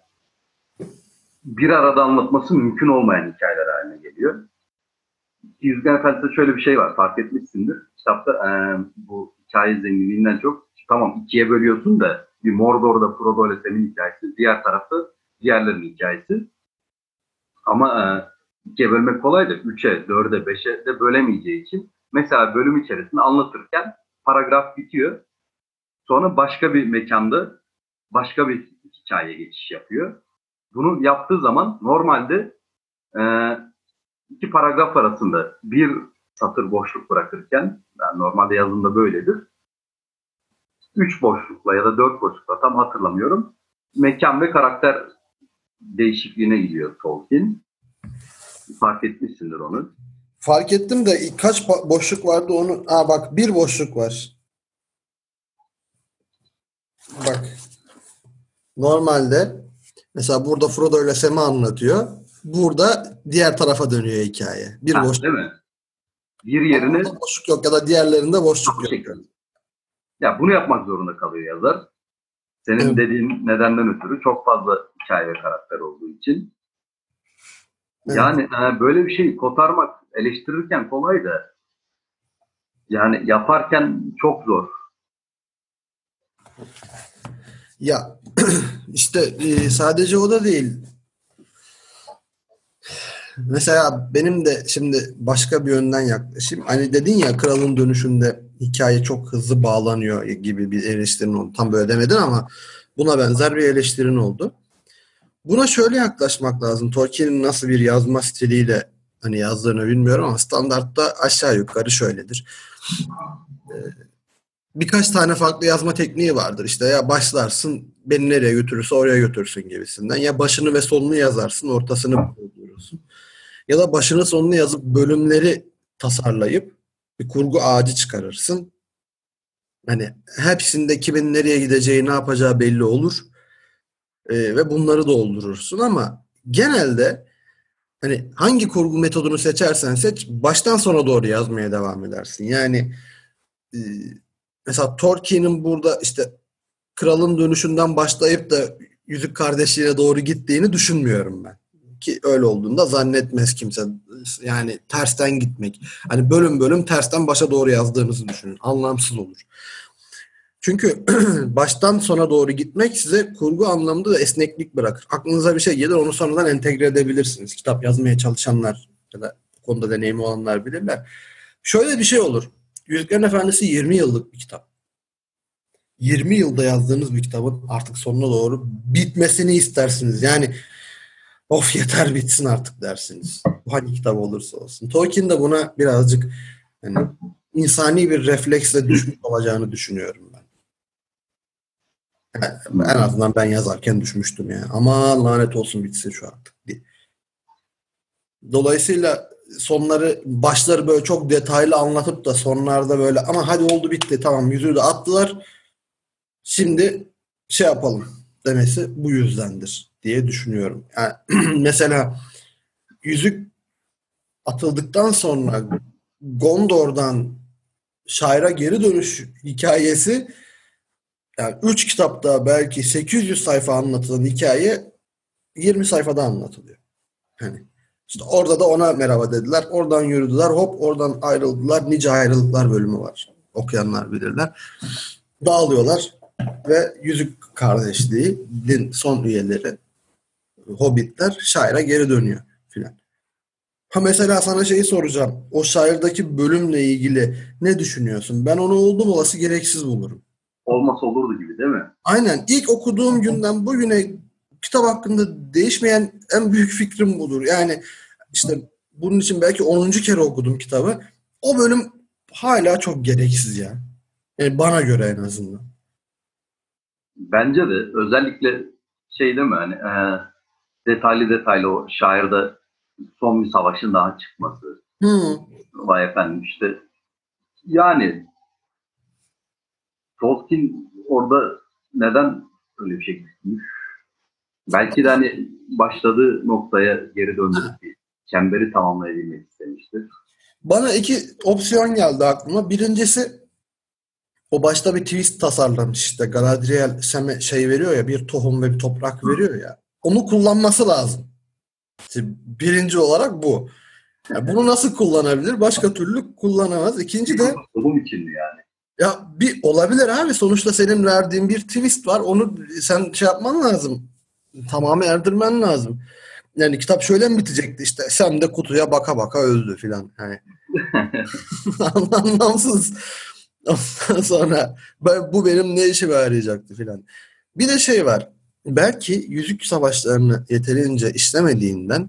bir arada anlatması mümkün olmayan hikayeler haline geliyor. Yüzgen Efendisi'de şöyle bir şey var, fark etmişsindir. Kitapta e, bu hikaye zenginliğinden çok, tamam ikiye bölüyorsun da bir Mordor'da Frodo ile Sam'in hikayesi, diğer tarafta diğerlerinin hikayesi. Ama e, ikiye bölmek kolay da üçe, dörde, beşe de bölemeyeceği için mesela bölüm içerisinde anlatırken paragraf bitiyor. Sonra başka bir mekanda başka bir hikaye geçiş yapıyor. Bunu yaptığı zaman normalde e, iki paragraf arasında bir satır boşluk bırakırken, yani normalde yazımda böyledir. Üç boşlukla ya da dört boşlukla tam hatırlamıyorum. Mekan ve karakter değişikliğine gidiyor Tolkien. Fark etmişsindir onu. Fark ettim de kaç ba- boşluk vardı onu. Aa bak bir boşluk var. Bak. Normalde mesela burada Frodo ile Sam'i anlatıyor. Burada diğer tarafa dönüyor hikaye. Bir Ha, boşluk. değil mi? Bir Ama yerini burada boşluk yok ya da diğerlerinde boşluk bu yok. şekilde. Ya bunu yapmak zorunda kalıyor yazar. Senin Evet. dediğin nedenden ötürü çok fazla hikaye ve karakter olduğu için. Evet. Yani e, böyle bir şeyi kotarmak eleştirirken kolay da yani yaparken çok zor. Ya işte e, sadece o da değil. Mesela benim de şimdi başka bir yönden yaklaşayım. Hani dedin ya Kralın Dönüşü'nde hikaye çok hızlı bağlanıyor gibi bir eleştirin oldu. Tam böyle demedin ama buna benzer bir eleştirin oldu. Buna şöyle yaklaşmak lazım. Tolkien'in nasıl bir yazma stiliyle hani yazdığını bilmiyorum ama standartta aşağı yukarı şöyledir. Birkaç tane farklı yazma tekniği vardır. İşte ya başlarsın beni nereye götürürse oraya götürsün gibisinden. Ya başını ve sonunu yazarsın, ortasını doldurursun. Ya da başını sonunu yazıp bölümleri tasarlayıp bir kurgu ağacı çıkarırsın. Hani hepsinde kimin nereye gideceği, ne yapacağı belli olur. Ee, ve bunları doldurursun ama genelde hani hangi kurgu metodunu seçersen seç baştan sona doğru yazmaya devam edersin. Yani e, mesela Tolkien'in burada işte Kralın Dönüşü'nden başlayıp da Yüzük Kardeşliği'ne doğru gittiğini düşünmüyorum ben. Ki öyle olduğunu da zannetmez kimse. Yani tersten gitmek. Hani bölüm bölüm tersten başa doğru yazdığınızı düşünün. Anlamsız olur. Çünkü baştan sona doğru gitmek size kurgu anlamında da esneklik bırakır. Aklınıza bir şey gelir onu sonradan entegre edebilirsiniz. Kitap yazmaya çalışanlar ya da bu konuda deneyimi olanlar bilirler. Şöyle bir şey olur. Yüzüklerin Efendisi yirmi yıllık bir kitap. yirmi yılda yazdığınız bir kitabın artık sonuna doğru bitmesini istersiniz. Yani of yeter bitsin artık dersiniz. Bu hangi kitap olursa olsun. Tolkien de buna birazcık hani insani bir refleksle düşmüş olacağını düşünüyorum ben. Yani en azından ben yazarken düşmüştüm yani. Aman lanet olsun bitsin şu artık diye. Dolayısıyla sonları başları böyle çok detaylı anlatıp da sonlarda böyle ama hadi oldu bitti tamam yüzüğü de attılar. Şimdi şey yapalım demesi bu yüzdendir diye düşünüyorum. Yani mesela yüzük atıldıktan sonra Gondor'dan şaira geri dönüş hikayesi yani üç kitapta belki sekiz yüz sayfa anlatılan hikaye yirmi sayfada anlatılıyor. Hani işte orada da ona merhaba dediler. Oradan yürüdüler. Hop oradan ayrıldılar. Nice ayrılıklar bölümü var. Okuyanlar bilirler. Dağılıyorlar ve Yüzük Kardeşliği'nin son üyeleri Hobbitler şaira geri dönüyor filan. Ha mesela sana şeyi soracağım. O şairdaki bölümle ilgili ne düşünüyorsun? Ben onu oldum olası gereksiz bulurum. Olmasa olurdu gibi değil mi? Aynen. İlk okuduğum günden bugüne kitap hakkında değişmeyen en büyük fikrim budur. Yani işte bunun için belki onuncu kere okudum kitabı. O bölüm hala çok gereksiz ya. Yani bana göre en azından. Bence de özellikle şey değil mi hani e, detaylı detaylı o şairde son bir savaşın daha çıkması. Hı. Vay efendim işte yani Tolkien orada neden öyle bir şey düşünmüş? Belki de hani başladığı noktaya geri döndürüp bir çemberi tamamlayabilmek istemiştir. Bana iki opsiyon geldi aklıma. Birincisi o başta bir twist tasarlamış işte. Galadriel Sam'e şey veriyor ya bir tohum ve bir toprak veriyor ya. Onu kullanması lazım. İşte birinci olarak bu. Ya bunu nasıl kullanabilir? Başka türlü kullanamaz. İkinci de Toplum için yani. ya bir olabilir abi. Sonuçta senin verdiğin bir twist var. Onu sen şey yapman lazım. Tamamı erdirmen lazım. Yani kitap şöyle mi bitecekti işte. Sam de kutuya baka baka öldü filan. Yani anlamsız. Ondan sonra ben, bu benim ne işime yarayacaktı filan. Bir de şey var. Belki Yüzük Savaşlarını yeterince işlemediğinden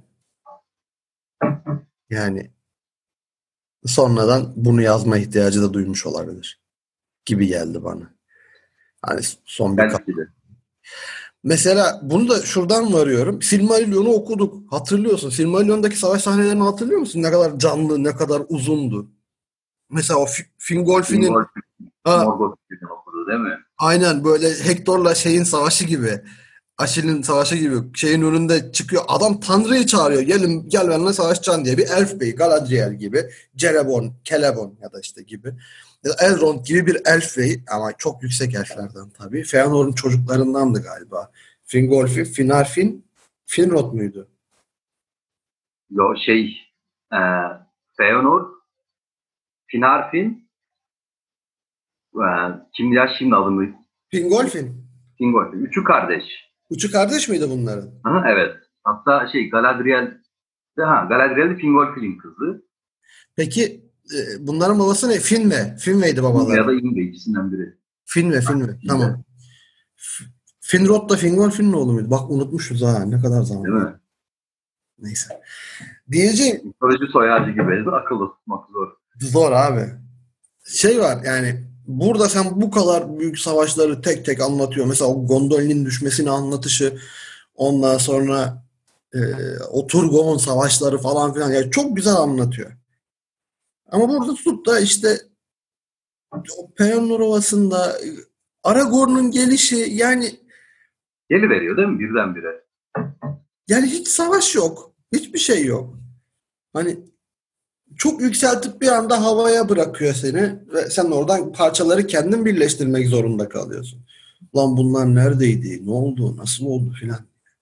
yani sonradan bunu yazma ihtiyacı da duymuş olabilir gibi geldi bana. Hani son bir Belki de. mesela bunu da şuradan varıyorum. Silmarillion'u okuduk. Hatırlıyorsun. Silmarillion'daki savaş sahnelerini hatırlıyor musun? Ne kadar canlı, ne kadar uzundu. Mesela o Fi- Fingolfin'in Fingol, ha, Morgoth gibi okudu değil mi? aynen böyle Hector'la şeyin savaşı gibi. Aşil'in savaşı gibi şeyin önünde çıkıyor. Adam Tanrı'yı çağırıyor. Gelin gel benimle savaşacaksın diye. Bir elf bey, Galadriel gibi. Cerebon, Celeborn ya da işte gibi. Ya da Elrond gibi bir elf bey ama çok yüksek elflerden tabii. Feanor'un çocuklarındandı galiba. Fingolfin, Finarfin, Finrod muydu? Yo şey e, Feanor, Finarfin e, kimdi ya şimdi adını Fingolfin. Fingolfin. Üçü kardeş. Üçü kardeş miydi bunların? Aha, evet. Hatta şey Galadriel de ha Galadriel de Fingolfin'in kızı. Peki e, bunların babası ne? Finve. Finve'ydi Ya babaları. da İnge ikisinden biri. Finve, Finve. İkisinden. Tamam. F- Finrod da Fingolfin'in oğlu muydu? Bak unutmuşuz ha. Ne kadar zaman Değil oldu. mi? Neyse. Diyeceğim Mitoloji soy ağacı gibi. Akıllı tutmak zor. zor abi. Şey var yani burada sen bu kadar büyük savaşları tek tek anlatıyor. Mesela o Gondolin'in düşmesini anlatışı ondan sonra e, o Turgon'un savaşları falan filan yani çok güzel anlatıyor. Ama burada tutup da işte o Pelennor Ovası'nda e, Aragorn'un gelişi yani Geliveriyor değil mi birdenbire? yani hiç savaş yok. Hiçbir şey yok. Hani çok yükseltip bir anda havaya bırakıyor seni ve sen oradan parçaları kendin birleştirmek zorunda kalıyorsun. Lan bunlar neredeydi? Ne oldu? Nasıl oldu filan.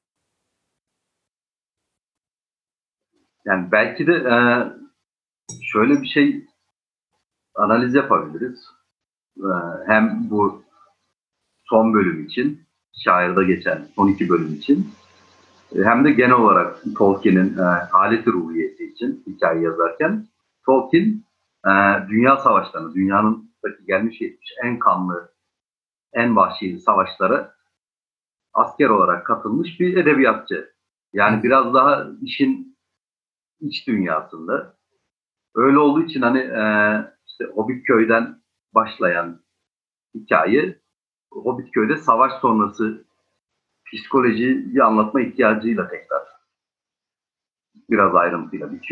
Yani belki de e, şöyle bir şey analiz yapabiliriz. E, hem bu son bölüm için, şairde geçen son iki bölüm için e, hem de genel olarak Tolkien'in e, aleti ruhiyeti için hikaye yazarken Tolkien e, dünya savaşlarını, dünyanın gelmiş geçmiş en kanlı, en vahşi savaşlara asker olarak katılmış bir edebiyatçı. Yani biraz daha işin iç dünyasında. Öyle olduğu için hani e, işte Hobitköy'den başlayan hikaye Hobitköy'de savaş sonrası psikolojiyi anlatma ihtiyacıyla tekrar biraz ayrıntıyla bitiyor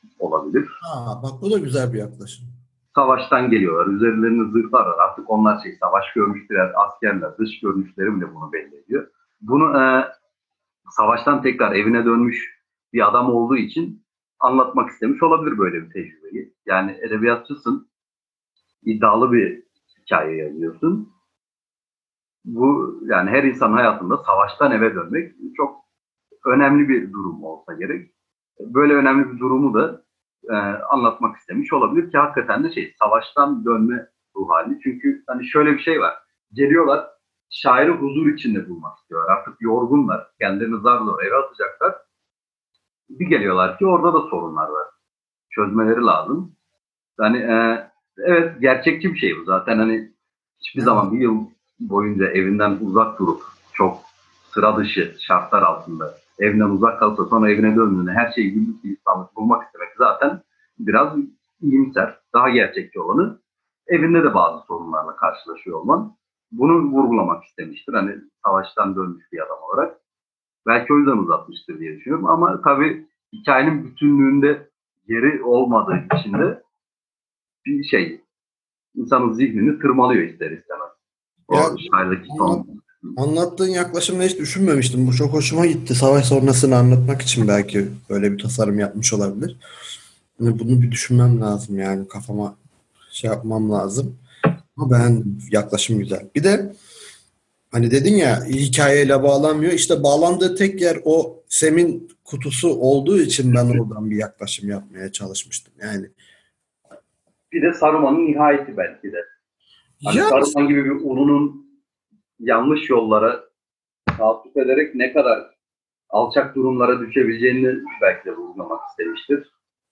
olabilir. Aa, bak bu da güzel bir yaklaşım. Savaştan geliyorlar. Üzerlerinde zırhlar var. Artık onlar şey savaş görmüşler, askerler. Dış görünüşleri bile bunu belli ediyor. Bunu e, savaştan tekrar evine dönmüş bir adam olduğu için anlatmak istemiş olabilir böyle bir tecrübeyi. Yani edebiyatçısın, iddialı bir hikaye yazıyorsun. Bu yani her insan hayatında savaştan eve dönmek çok önemli bir durum olsa gerek. Böyle önemli bir durumu da e, anlatmak istemiş olabilir ki hakikaten de şey savaştan dönme ruh hali. Çünkü hani şöyle bir şey var. Geliyorlar şairi huzur içinde bulmak istiyorlar. Artık yorgunlar. Kendilerini zar zor eve atacaklar. Bir geliyorlar ki orada da sorunlar var. Çözmeleri lazım. Yani e, evet gerçekçi bir şey bu. Zaten hani hiçbir Evet. zaman bir yıl boyunca evinden uzak durup çok sıra dışı şartlar altında evinden uzak kalsa sonra evine döndüğünde her şeyi güllük gülistanlık bulmak istemek zaten biraz iyimser, daha gerçekçi olanı. Evinde de bazı sorunlarla karşılaşıyor olman. Bunu vurgulamak istemiştir. Hani savaştan dönmüş bir adam olarak. Belki o yüzden uzatmıştır diye düşünüyorum. Ama tabii hikayenin bütünlüğünde yeri olmadığı için de bir şey insanın zihnini tırmalıyor ister istemez. Ya O şairdeki anlat, son. anlattığın yaklaşımla hiç düşünmemiştim. Bu çok hoşuma gitti. Savaş sonrasını anlatmak için belki böyle bir tasarım yapmış olabilir. Hani bunu bir düşünmem lazım yani kafama şey yapmam lazım. Ama ben yaklaşım güzel. Bir de hani dedin ya hikayeyle bağlanmıyor. İşte bağlandığı tek yer o Sem'in kutusu olduğu için ben oradan bir yaklaşım yapmaya çalışmıştım. Yani Bir de Saruman'ın nihayeti belki de. Hani ya Saruman gibi bir ulunun yanlış yollara tahakkuk ederek ne kadar alçak durumlara düşebileceğini belki de vurgulamak istemiştir.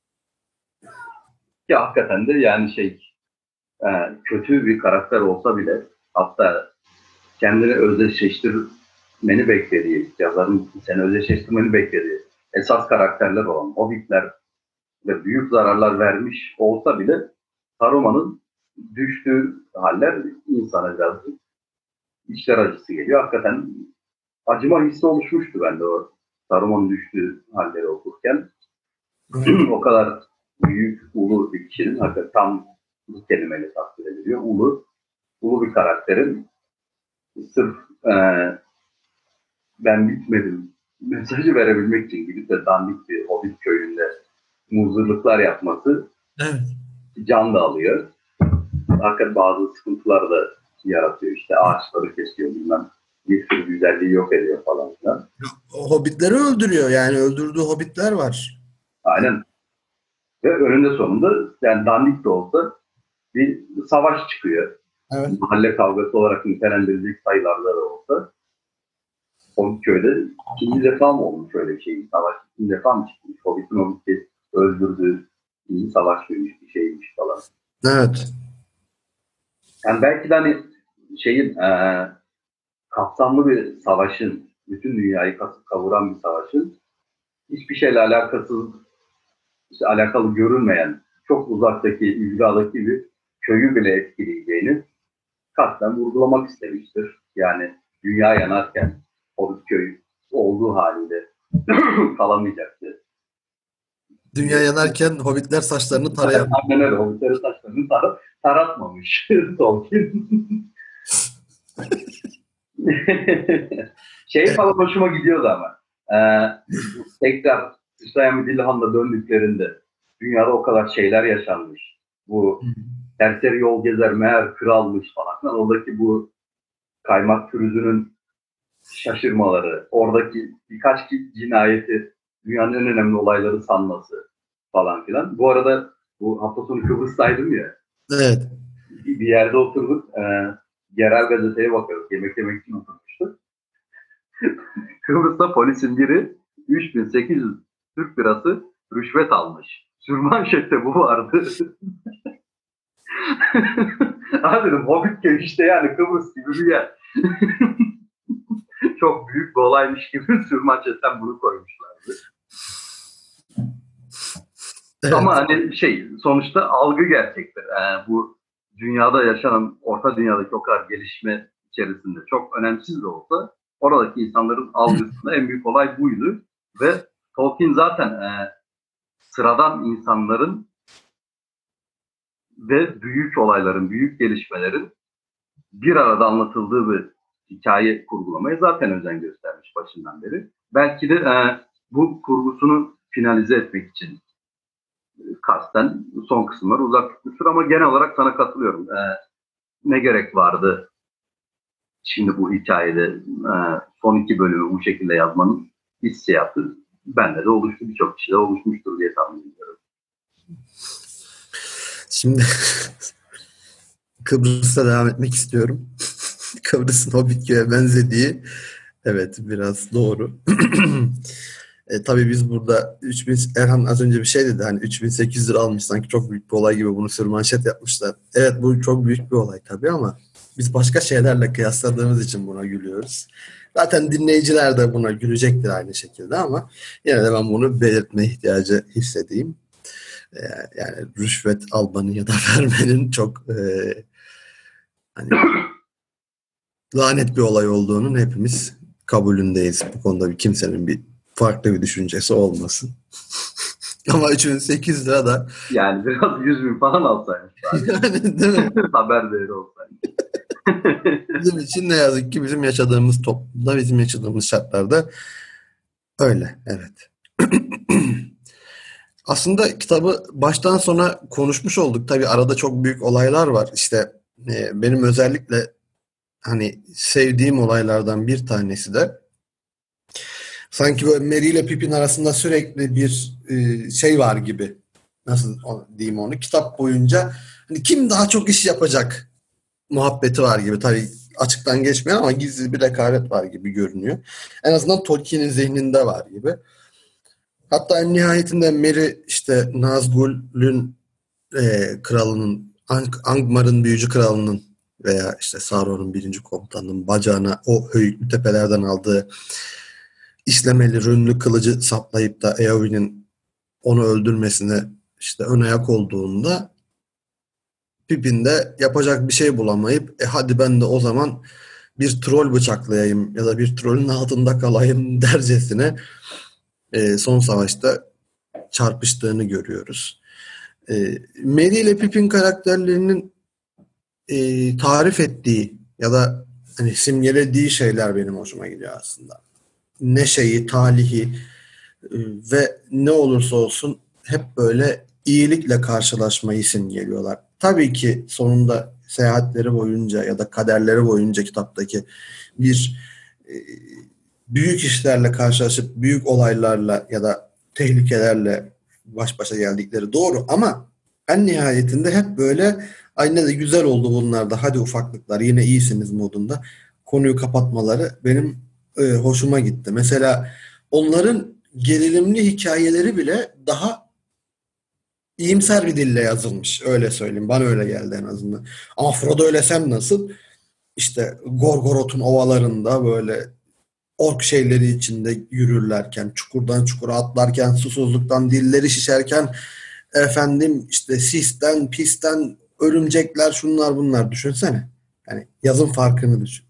Ki hakikaten de yani şey e, kötü bir karakter olsa bile hatta kendini özdeşleştirmeni beklediği, yazarın seni özdeşleştirmeni beklediği esas karakterler olan Hobbitler ve büyük zararlar vermiş olsa bile Saruman'ın düştüğü haller insana biraz içler acısı geliyor. Hakikaten acıma hissi oluşmuştu bende o Saruman'ın düştüğü halleri okurken. O kadar büyük, ulu bir kişinin hakikaten tam bu kelimeyle takdir ediliyor. Ulu, ulu bir karakterin sırf e, ben bitmedim mesajı verebilmek için gidip de dandik bir Hobbit köyünde muzurluklar yapması evet. can da alıyor. Hakikaten bazı sıkıntılar da yaratıyor. İşte ağaçları kesiyor bilmem. Bir sürü güzelliği yok ediyor falan filan. O hobbitleri öldürüyor yani öldürdüğü hobbitler var. Aynen. Ve önünde sonunda yani dandik de olsa bir savaş çıkıyor. Evet. Mahalle kavgası olarak nitelendirilecek sayılarda da olsa o köyde ikinci defa mı olmuş öyle bir şey? Savaş ikinci defa mı çıkmış? Hobbit'in Hobbit'i öldürdüğü iyi savaşçıymış bir şeymiş falan. Evet. Yani belki de hani şeyin ee, kapsamlı bir savaşın, bütün dünyayı kasıp kavuran bir savaşın hiçbir şeyle alakasız, işte alakalı görünmeyen, çok uzaktaki, ücradaki bir köyü bile etkileyeceğini kasten vurgulamak istemiştir. Yani dünya yanarken Hobbit köyü olduğu haliyle kalamayacaktı. Dünya yanarken hobbitler saçlarını tarayan. Aynen öyle. Hobbitlerin saçlarını tar taratmamış Tolkien. Şey Evet. falan hoşuma gidiyordu ama. Ee, tekrar İslam Dilhan'da döndüklerinde dünyada o kadar şeyler yaşanmış. Bu serseri yol gezer meğer kralmış falan. Oradaki bu kaymak pürüzünün şaşırmaları, oradaki birkaç cinayeti dünyanın en önemli olayları sanması falan filan. Bu arada bu hafta sonu Kıbrıs'taydım ya. Evet. Bir yerde oturduk. E, yerel gazeteye bakıyoruz. Yemek yemek için oturmuştuk. Kıbrıs'ta polisin biri üç bin sekiz yüz Türk lirası rüşvet almış. Sürmanşette bu vardı. Abi dedim Hobbit köy işte yani Kıbrıs gibi bir yer. Çok büyük bir olaymış gibi sürmanşetten bunu koymuşlardı. Ama Evet. hani şey sonuçta algı gerçektir. Yani bu dünyada yaşanan orta dünyadaki o kadar gelişme içerisinde çok önemsiz de olsa oradaki insanların algısında en büyük olay buydu. Ve Tolkien zaten e, sıradan insanların ve büyük olayların, büyük gelişmelerin bir arada anlatıldığı bir hikaye kurgulamaya zaten özen göstermiş başından beri. Belki de e, bu kurgusunu finalize etmek için e, kasten son kısımları uzak tutmuştur ama genel olarak sana katılıyorum. E, ne gerek vardı şimdi bu hikayede e, son iki bölümü bu şekilde yazmanın hissiyatı bende de oluştu, birçok kişide oluşmuştur diye tahmin ediyorum. Şimdi Kıbrıs'a devam etmek istiyorum. Kıbrıs'ın Hobbit'e benzediği, evet, biraz doğru. E, tabii biz burada üç bin, Erhan az önce bir şey dedi, hani üç bin sekiz yüz lira almış, sanki çok büyük bir olay gibi bunu sürmanşet yapmışlar. Evet, bu çok büyük bir olay tabii ama biz başka şeylerle kıyasladığımız için buna gülüyoruz. Zaten dinleyiciler de buna gülecektir aynı şekilde ama yine de ben bunu belirtme ihtiyacı hissedeyim. E, yani rüşvet almanın ya da vermenin çok e, hani lanet bir olay olduğunun hepimiz kabulündeyiz. Bu konuda bir kimsenin bir farklı bir düşüncesi olmasın. Ama üç bin sekiz yüz lira da yani biraz yüz bin falan alsaymış. yani, değil mi? Haber değeri olsaymış. Bizim için ne yazık ki bizim yaşadığımız toplumda, bizim yaşadığımız şartlarda öyle. Evet. Aslında kitabı baştan sona konuşmuş olduk. Tabii arada çok büyük olaylar var. İşte e, benim özellikle hani sevdiğim olaylardan bir tanesi de sanki böyle Merry ile Pippin arasında sürekli bir e, şey var gibi. Nasıl diyeyim onu? Kitap boyunca hani kim daha çok iş yapacak muhabbeti var gibi. Tabii açıktan geçmeyen ama gizli bir rekabet var gibi görünüyor. En azından Tolkien'in zihninde var gibi. Hatta en nihayetinde Merry işte Nazgul'ün e, kralının, Ang- Angmar'ın büyücü kralının veya işte Sauron'un birinci komutanının bacağına o höyüklü tepelerden aldığı işlemeli rünlü kılıcı saplayıp da Eowyn'in onu öldürmesine işte ön ayak olduğunda Pippin de yapacak bir şey bulamayıp e hadi ben de o zaman bir troll bıçaklayayım ya da bir trollün altında kalayım dercesine e, son savaşta çarpıştığını görüyoruz. E, Merry ile Pippin karakterlerinin e, tarif ettiği ya da hani simgelediği şeyler benim hoşuma gidiyor aslında. Neşeyi, talihi e, ve ne olursa olsun hep böyle iyilikle karşılaşmayı simgeliyorlar. Tabii ki sonunda seyahatleri boyunca ya da kaderleri boyunca kitaptaki bir e, büyük işlerle karşılaşıp büyük olaylarla ya da tehlikelerle baş başa geldikleri doğru ama en nihayetinde hep böyle ay ne de güzel oldu bunlar da hadi ufaklıklar yine iyisiniz modunda konuyu kapatmaları benim e, hoşuma gitti. Mesela onların gerilimli hikayeleri bile daha iyimser bir dille yazılmış. Öyle söyleyeyim. Bana öyle geldi en azından. Ama Frodo öyle sen nasıl? İşte Gorgoroth'un ovalarında böyle ork şeyleri içinde yürürlerken, çukurdan çukura atlarken, susuzluktan dilleri şişerken, efendim işte sisten, pisten, örümcekler, şunlar bunlar düşünsene. Yani yazın farkını düşün.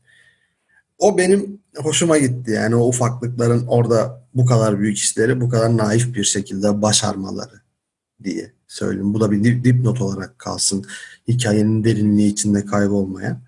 O benim hoşuma gitti. Yani o ufaklıkların orada bu kadar büyük işleri bu kadar naif bir şekilde başarmaları diye söyleyeyim. Bu da bir dip, dipnot olarak kalsın. Hikayenin derinliği içinde kaybolmaya.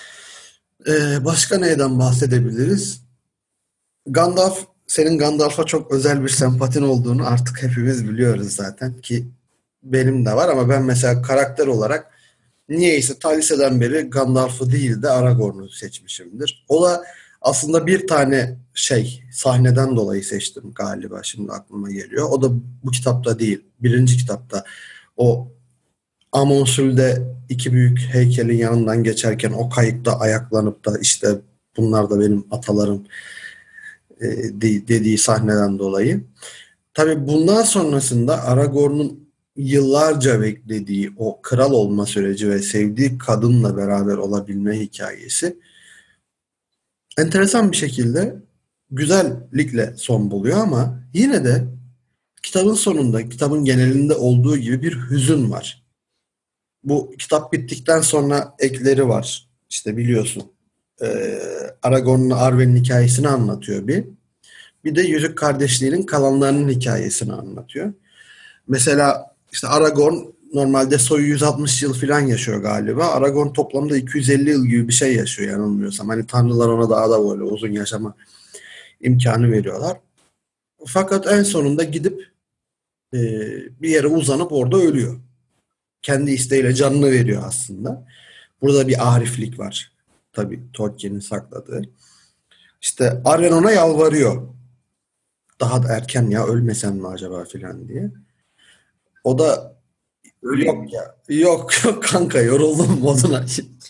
Ee, başka neyden bahsedebiliriz? Gandalf, senin Gandalf'a çok özel bir sempatin olduğunu artık hepimiz biliyoruz zaten ki benim de var ama ben mesela karakter olarak niyeyse ta liseden beri Gandalf'ı değil de Aragorn'u seçmişimdir. O da aslında bir tane şey sahneden dolayı seçtim galiba şimdi aklıma geliyor. O da bu kitapta değil. Birinci kitapta o Amonsul'de iki büyük heykelin yanından geçerken o kayıkta ayaklanıp da işte bunlar da benim atalarım e, dediği sahneden dolayı. Tabii bundan sonrasında Aragorn'un yıllarca beklediği o kral olma süreci ve sevdiği kadınla beraber olabilme hikayesi enteresan bir şekilde güzellikle son buluyor ama yine de kitabın sonunda, kitabın genelinde olduğu gibi bir hüzün var. Bu kitap bittikten sonra ekleri var. İşte biliyorsun. Ee, Aragorn'la Arwen'in hikayesini anlatıyor bir. Bir de Yüzük Kardeşliği'nin kalanlarının hikayesini anlatıyor. Mesela işte Aragorn normalde soyu yüz altmış yıl falan yaşıyor galiba. Aragorn toplamda iki yüz elli yıl gibi bir şey yaşıyor yanılmıyorsam. Hani tanrılar ona daha da böyle uzun yaşama imkanı veriyorlar. Fakat en sonunda gidip e, bir yere uzanıp orada ölüyor. Kendi isteğiyle canını veriyor aslında. Burada bir ariflik var. Tabii Tolkien'in sakladığı. İşte Arwen ona yalvarıyor. Daha da erken ya ölmesen mi acaba filan diye. O da Öyleyim yok mi? ya. Yok yok kanka yoruldum moduna.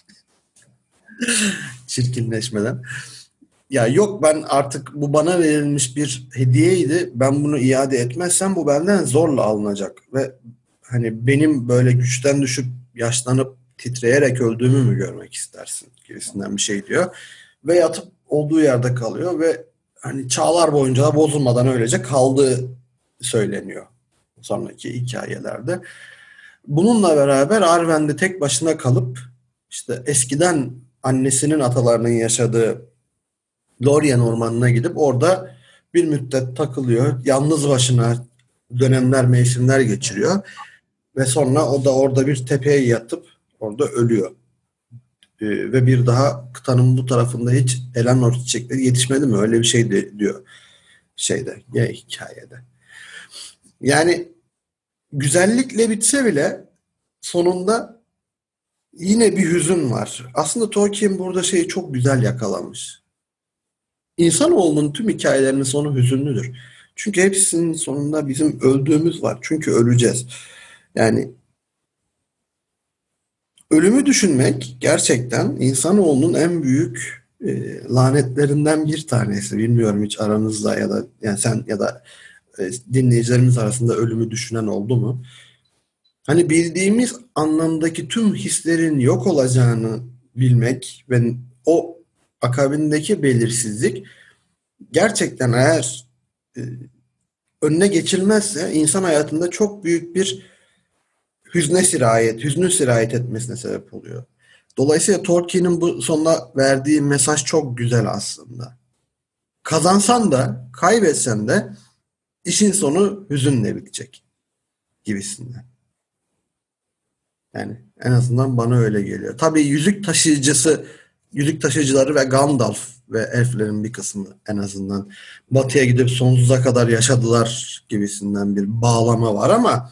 Çirkinleşmeden. Ya yok ben artık bu bana verilmiş bir hediyeydi. Ben bunu iade etmezsem bu benden zorla alınacak. Ve hani benim böyle güçten düşüp yaşlanıp titreyerek öldüğümü mü görmek istersin gibisinden bir şey diyor. Ve yatıp olduğu yerde kalıyor ve hani çağlar boyunca da bozulmadan öylece kaldığı söyleniyor sonraki hikayelerde. Bununla beraber Arwen de tek başına kalıp işte eskiden annesinin atalarının yaşadığı Lorien Ormanı'na gidip orada bir müddet takılıyor. Yalnız başına dönemler, mevsimler geçiriyor. Ve sonra o da orada bir tepeye yatıp orada ölüyor. Ee, ve bir daha kıtanın bu tarafında hiç Elanor çiçekleri yetişmedi mi? Öyle bir şey de, diyor şeyde, ya hikayede. Yani güzellikle bitse bile sonunda yine bir hüzün var. Aslında Tolkien burada şeyi çok güzel yakalamış. İnsanoğlunun tüm hikayelerinin sonu hüzünlüdür. Çünkü hepsinin sonunda bizim öldüğümüz var. Çünkü öleceğiz. Yani ölümü düşünmek gerçekten insanoğlunun en büyük e, lanetlerinden bir tanesi. Bilmiyorum hiç aranızda ya da yani sen ya da e, dinleyicilerimiz arasında ölümü düşünen oldu mu? Hani bildiğimiz anlamdaki tüm hislerin yok olacağını bilmek ve o akabindeki belirsizlik gerçekten eğer e, önüne geçilmezse insan hayatında çok büyük bir hüzne sirayet, hüznün sirayet etmesine sebep oluyor. Dolayısıyla Tolkien'in bu sonuna verdiği mesaj çok güzel aslında. Kazansan da, kaybetsen de işin sonu hüzünle bitecek gibisinden. Yani en azından bana öyle geliyor. Tabii yüzük taşıyıcısı, yüzük taşıyıcıları ve Gandalf ve elflerin bir kısmı en azından batıya gidip sonsuza kadar yaşadılar gibisinden bir bağlama var ama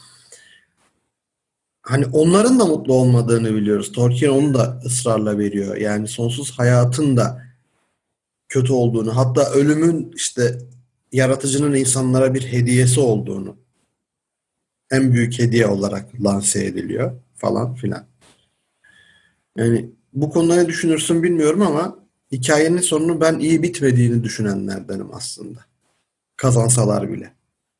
hani onların da mutlu olmadığını biliyoruz. Tolkien onu da ısrarla veriyor. Yani sonsuz hayatın da kötü olduğunu, hatta ölümün işte yaratıcının insanlara bir hediyesi olduğunu, en büyük hediye olarak lanse ediliyor falan filan. Yani bu konuda ne düşünürsün bilmiyorum ama hikayenin sonunu ben iyi bitmediğini düşünenlerdenim aslında. Kazansalar bile.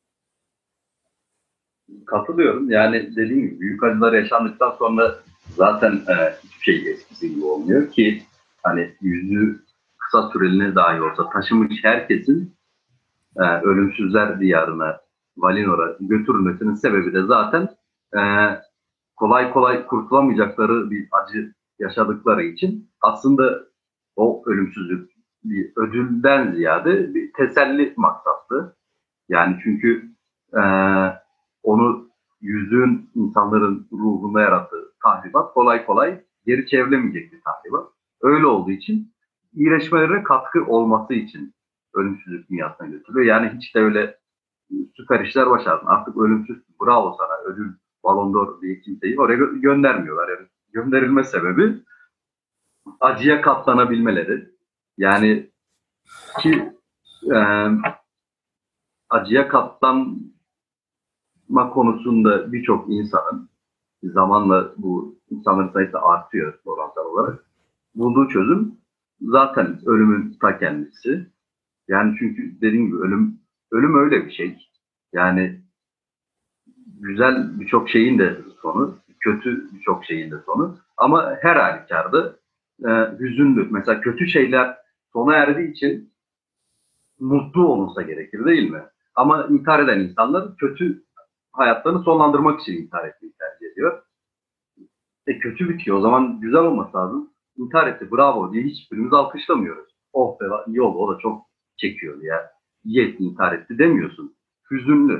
Katılıyorum. Yani dediğim gibi büyük acılar yaşandıktan sonra zaten e, hiçbir şey eskisi gibi olmuyor ki hani yüzü kısa süreliğine dahi olsa taşımış herkesin e, ölümsüzler diyarına Valinor'a götürülmesinin sebebi de zaten e, kolay kolay kurtulamayacakları bir acı yaşadıkları için aslında o ölümsüzlük bir ödülden ziyade bir teselli maksatlı. Yani çünkü e, onu yüzün insanların ruhunda yarattığı tahribat kolay kolay geri çevrilemeyecek bir tahribat. Öyle olduğu için iyileşmelere katkı olması için ölümsüzlük dünyasına götürüyor. Yani hiç de öyle süper işler başardın. Artık ölümsüz bravo sana ödül Ballon d'Or diye kimseyi oraya gö- göndermiyorlar. Yani gönderilme sebebi acıya katlanabilmeleri. Yani ki e, acıya katlanma konusunda birçok insanın zamanla bu insanların sayısı artıyor orantal olarak. Bulduğu çözüm zaten ölümün ta kendisi. Yani çünkü dediğim gibi ölüm ölüm öyle bir şey. Yani güzel birçok şeyin de sonu, kötü birçok şeyin de sonu. Ama her halükarda e, hüzünlü. Mesela kötü şeyler sona erdiği için mutlu olunsa gerekir değil mi? Ama intihar eden insanlar kötü hayatlarını sonlandırmak için intihar etmeyi tercih ediyor. E kötü bitiyor. O zaman güzel olması lazım. İntihar etti bravo diye hiçbirimiz alkışlamıyoruz. Oh be iyi oldu o da çok çekiyor ya. İyi etti intihar etti demiyorsun. Hüzünlü.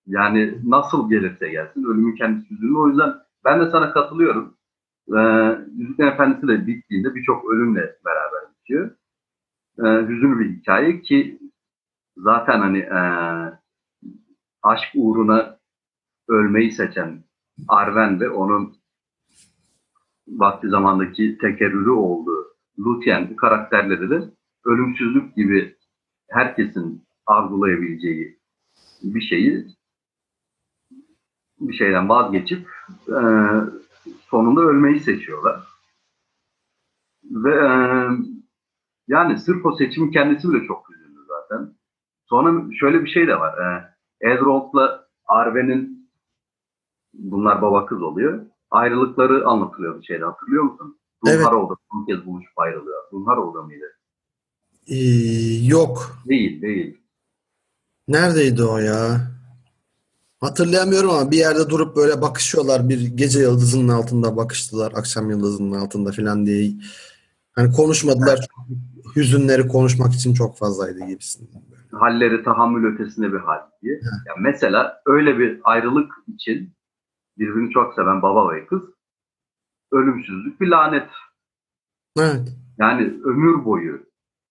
Yani nasıl gelirse gelsin ölümün kendisi hüzünlü. O yüzden ben de sana katılıyorum. Ee, Yüzüklerin Efendisi de bittiğinde birçok ölümle beraber bitiyor. Ee, hüzünlü bir hikaye ki zaten hani e, aşk uğruna ölmeyi seçen Arwen ve onun vakti zamandaki tekerrürü olduğu Lúthien karakterleri de ölümsüzlük gibi herkesin argulayabileceği bir şeyi bir şeyden vazgeçip e, sonunda ölmeyi seçiyorlar. Ve e, yani sırf o seçimin kendisi bile çok üzüldü zaten. Sonra şöyle bir şey de var. E, Edrold'la Arwen'in bunlar baba kız oluyor. Ayrılıkları anlatılıyor bir şeyde hatırlıyor musun? Evet. Dunharrold'da son kez buluşup ayrılıyor. Dunharrold'da mıydı? Ee, yok. Değil, değil. Neredeydi o ya? Hatırlayamıyorum ama bir yerde durup böyle bakışıyorlar. Bir gece yıldızının altında bakıştılar. Akşam yıldızının altında falan diye. Hani konuşmadılar. Evet. Çünkü hüzünleri konuşmak için çok fazlaydı gibisinden. Halleri tahammül ötesinde bir hal diye. Yani mesela öyle bir ayrılık için birbirini çok seven baba ve kız ölümsüzlük bir lanet. Evet. Yani ömür boyu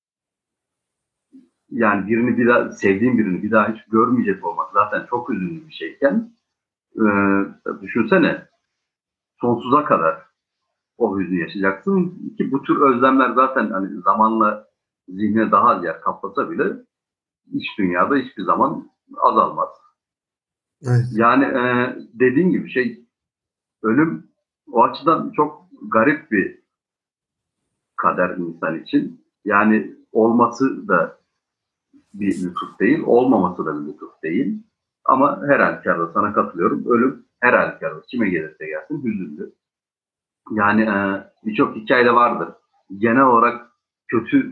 yani birini bir daha sevdiğin birini bir daha hiç görmeyecek olmak zaten çok üzünlü bir şeyken e, düşünsene sonsuza kadar o hüznü yaşayacaksın ki bu tür özlemler zaten hani zamanla zihne daha az yer kaplasa bile iç dünyada hiçbir zaman azalmaz. Evet. Yani e, dediğin gibi şey ölüm o açıdan çok garip bir kader insan için. Yani olması da bir lütuf değil, olmaması da bir lütuf değil. Ama her halükarda sana katılıyorum. Ölüm her halükarda kime gelirse gelsin hüzünlü. Yani e, birçok hikayede vardır. Genel olarak kötülük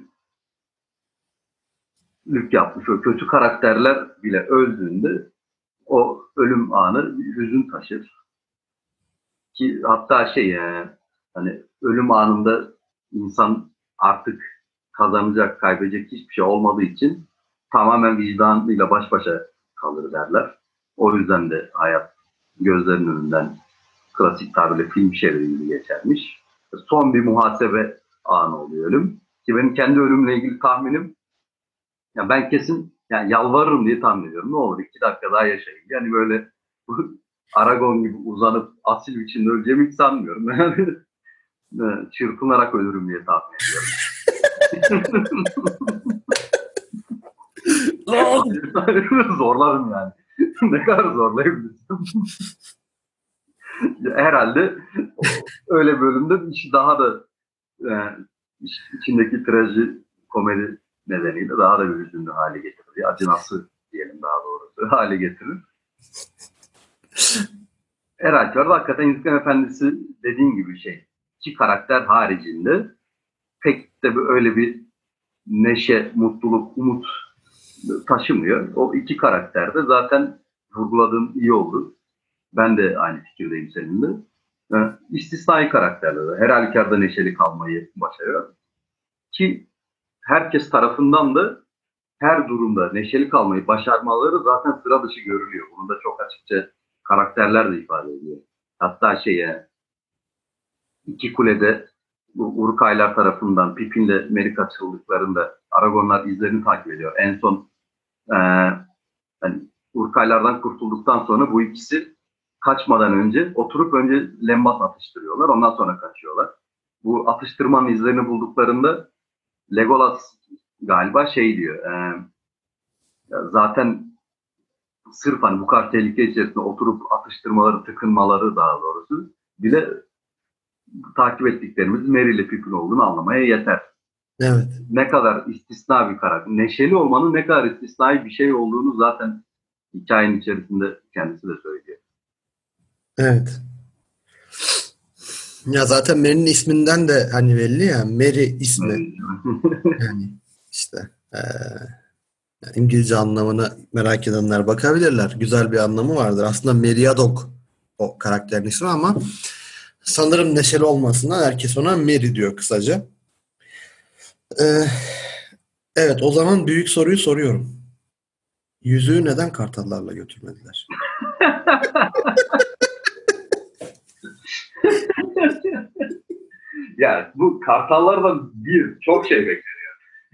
yapmış o kötü karakterler bile öldüğünde o ölüm anı bir hüzün taşır. Ki hatta şey yani hani ölüm anında insan artık kazanacak, kaybedecek hiçbir şey olmadığı için tamamen vicdanıyla baş başa kalır derler. O yüzden de hayat gözlerinin önünden klasik tabirle film şeridi gibi geçermiş. Son bir muhasebe anı oluyor ölüm. Ki benim kendi ölümle ilgili tahminim ya ben kesin yani yalvarırım diye tahmin ediyorum. Ne olur iki dakika daha yaşayayım. Yani böyle Aragon gibi uzanıp asil biçimde öleceğimi hiç sanmıyorum. Yani çırpınarak ölürüm diye tahmin ediyorum. Zorlarım yani. Ne kadar zorlayabilirsin. Herhalde öyle bir bölümde işi daha da e, içindeki traji komedi nedeniyle daha da bir hüzünlü hale getirir. Acınası diyelim daha doğrusu hale getirir. Herhalde hakikaten Yüzüklerin Efendisi dediğin gibi şey. İki karakter haricinde pek de öyle bir neşe, mutluluk, umut taşımıyor. O iki karakter de zaten vurguladığım iyi oldu. Ben de aynı fikirdeyim seninle. Yani istisnai karakterler. Her halükarda neşeli kalmayı başarıyor. Ki herkes tarafından da her durumda neşeli kalmayı başarmaları zaten sıra dışı görülüyor. Bunu da çok açıkça karakterler de ifade ediyor. Hatta şeye iki kulede bu Urukaylar tarafından Pippin'le Merry kaçırıldıklarında Aragonlar izlerini takip ediyor. En son e, yani Urukaylardan kurtulduktan sonra bu ikisi kaçmadan önce oturup önce lembas atıştırıyorlar. Ondan sonra kaçıyorlar. Bu atıştırmanın izlerini bulduklarında Legolas galiba şey diyor. E, zaten sırf hani bu kadar tehlike içerisinde oturup atıştırmaları, tıkınmaları daha doğrusu bile takip ettiklerimiz Merry ile Pippin olduğunu anlamaya yeter. Evet. Ne kadar istisna bir karakter. Neşeli olmanın ne kadar istisnai bir şey olduğunu zaten hikayenin içerisinde kendisi de söylüyor. Evet. Ya zaten Mary'nin isminden de hani belli ya. Mary ismi. Merry. Yani işte eee, yani İngilizce anlamını merak edenler bakabilirler. Güzel bir anlamı vardır. Aslında Meriadoc o karakterin ismi ama sanırım neşeli olmasından herkes ona Mary diyor kısaca. Eee, evet o zaman büyük soruyu soruyorum. Yüzüğü neden kartallarla götürmediler? Yani bu kartallardan bir çok şey bekliyor.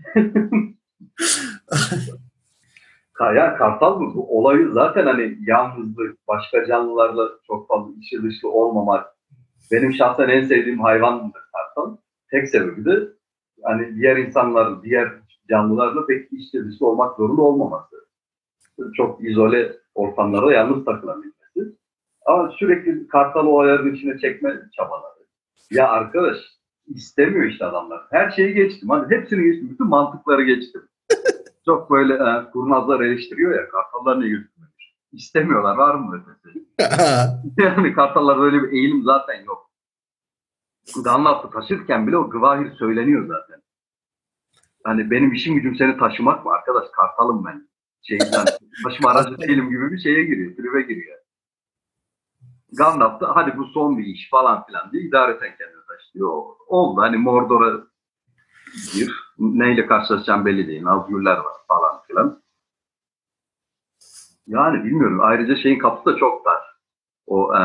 Ya kartal mı? Bu olayı zaten hani yalnızlık, başka canlılarla çok fazla içi dışlı olmamak. Benim şahsen en sevdiğim hayvandır kartal. Tek sebebi de hani diğer insanlar, diğer canlılarla pek içli dışlı olmak zorunda olmaması. Çok izole ortamlarda yalnız takılabilmesi. Ama sürekli kartal olayların içine çekme çabaları. Ya arkadaş istemiyor işte adamlar. Her şeyi geçtim. Hadi hepsini geçtim. Bütün mantıkları geçtim. Çok böyle e, kurnazlar eleştiriyor ya. Kartallar niye götürmemiş? İstemiyorlar. Var mı ötesi? Yani kartallarda öyle bir eğilim zaten yok. Dunlop'u taşırken bile o gıvahir söyleniyor zaten. Hani benim işim gücüm seni taşımak mı? Arkadaş kartalım ben. Şeyden, taşıma aracı değilim gibi bir şeye giriyor. Tribe giriyor. Gandalf da hadi bu son bir iş falan filan diye idareten kendini taşıyor. Oldu. Hani Mordor'a gir. Neyle karşılaşacağım belli değil. Nazgûl'ler var falan filan. Yani bilmiyorum. Ayrıca şeyin kapısı da çok dar. O e,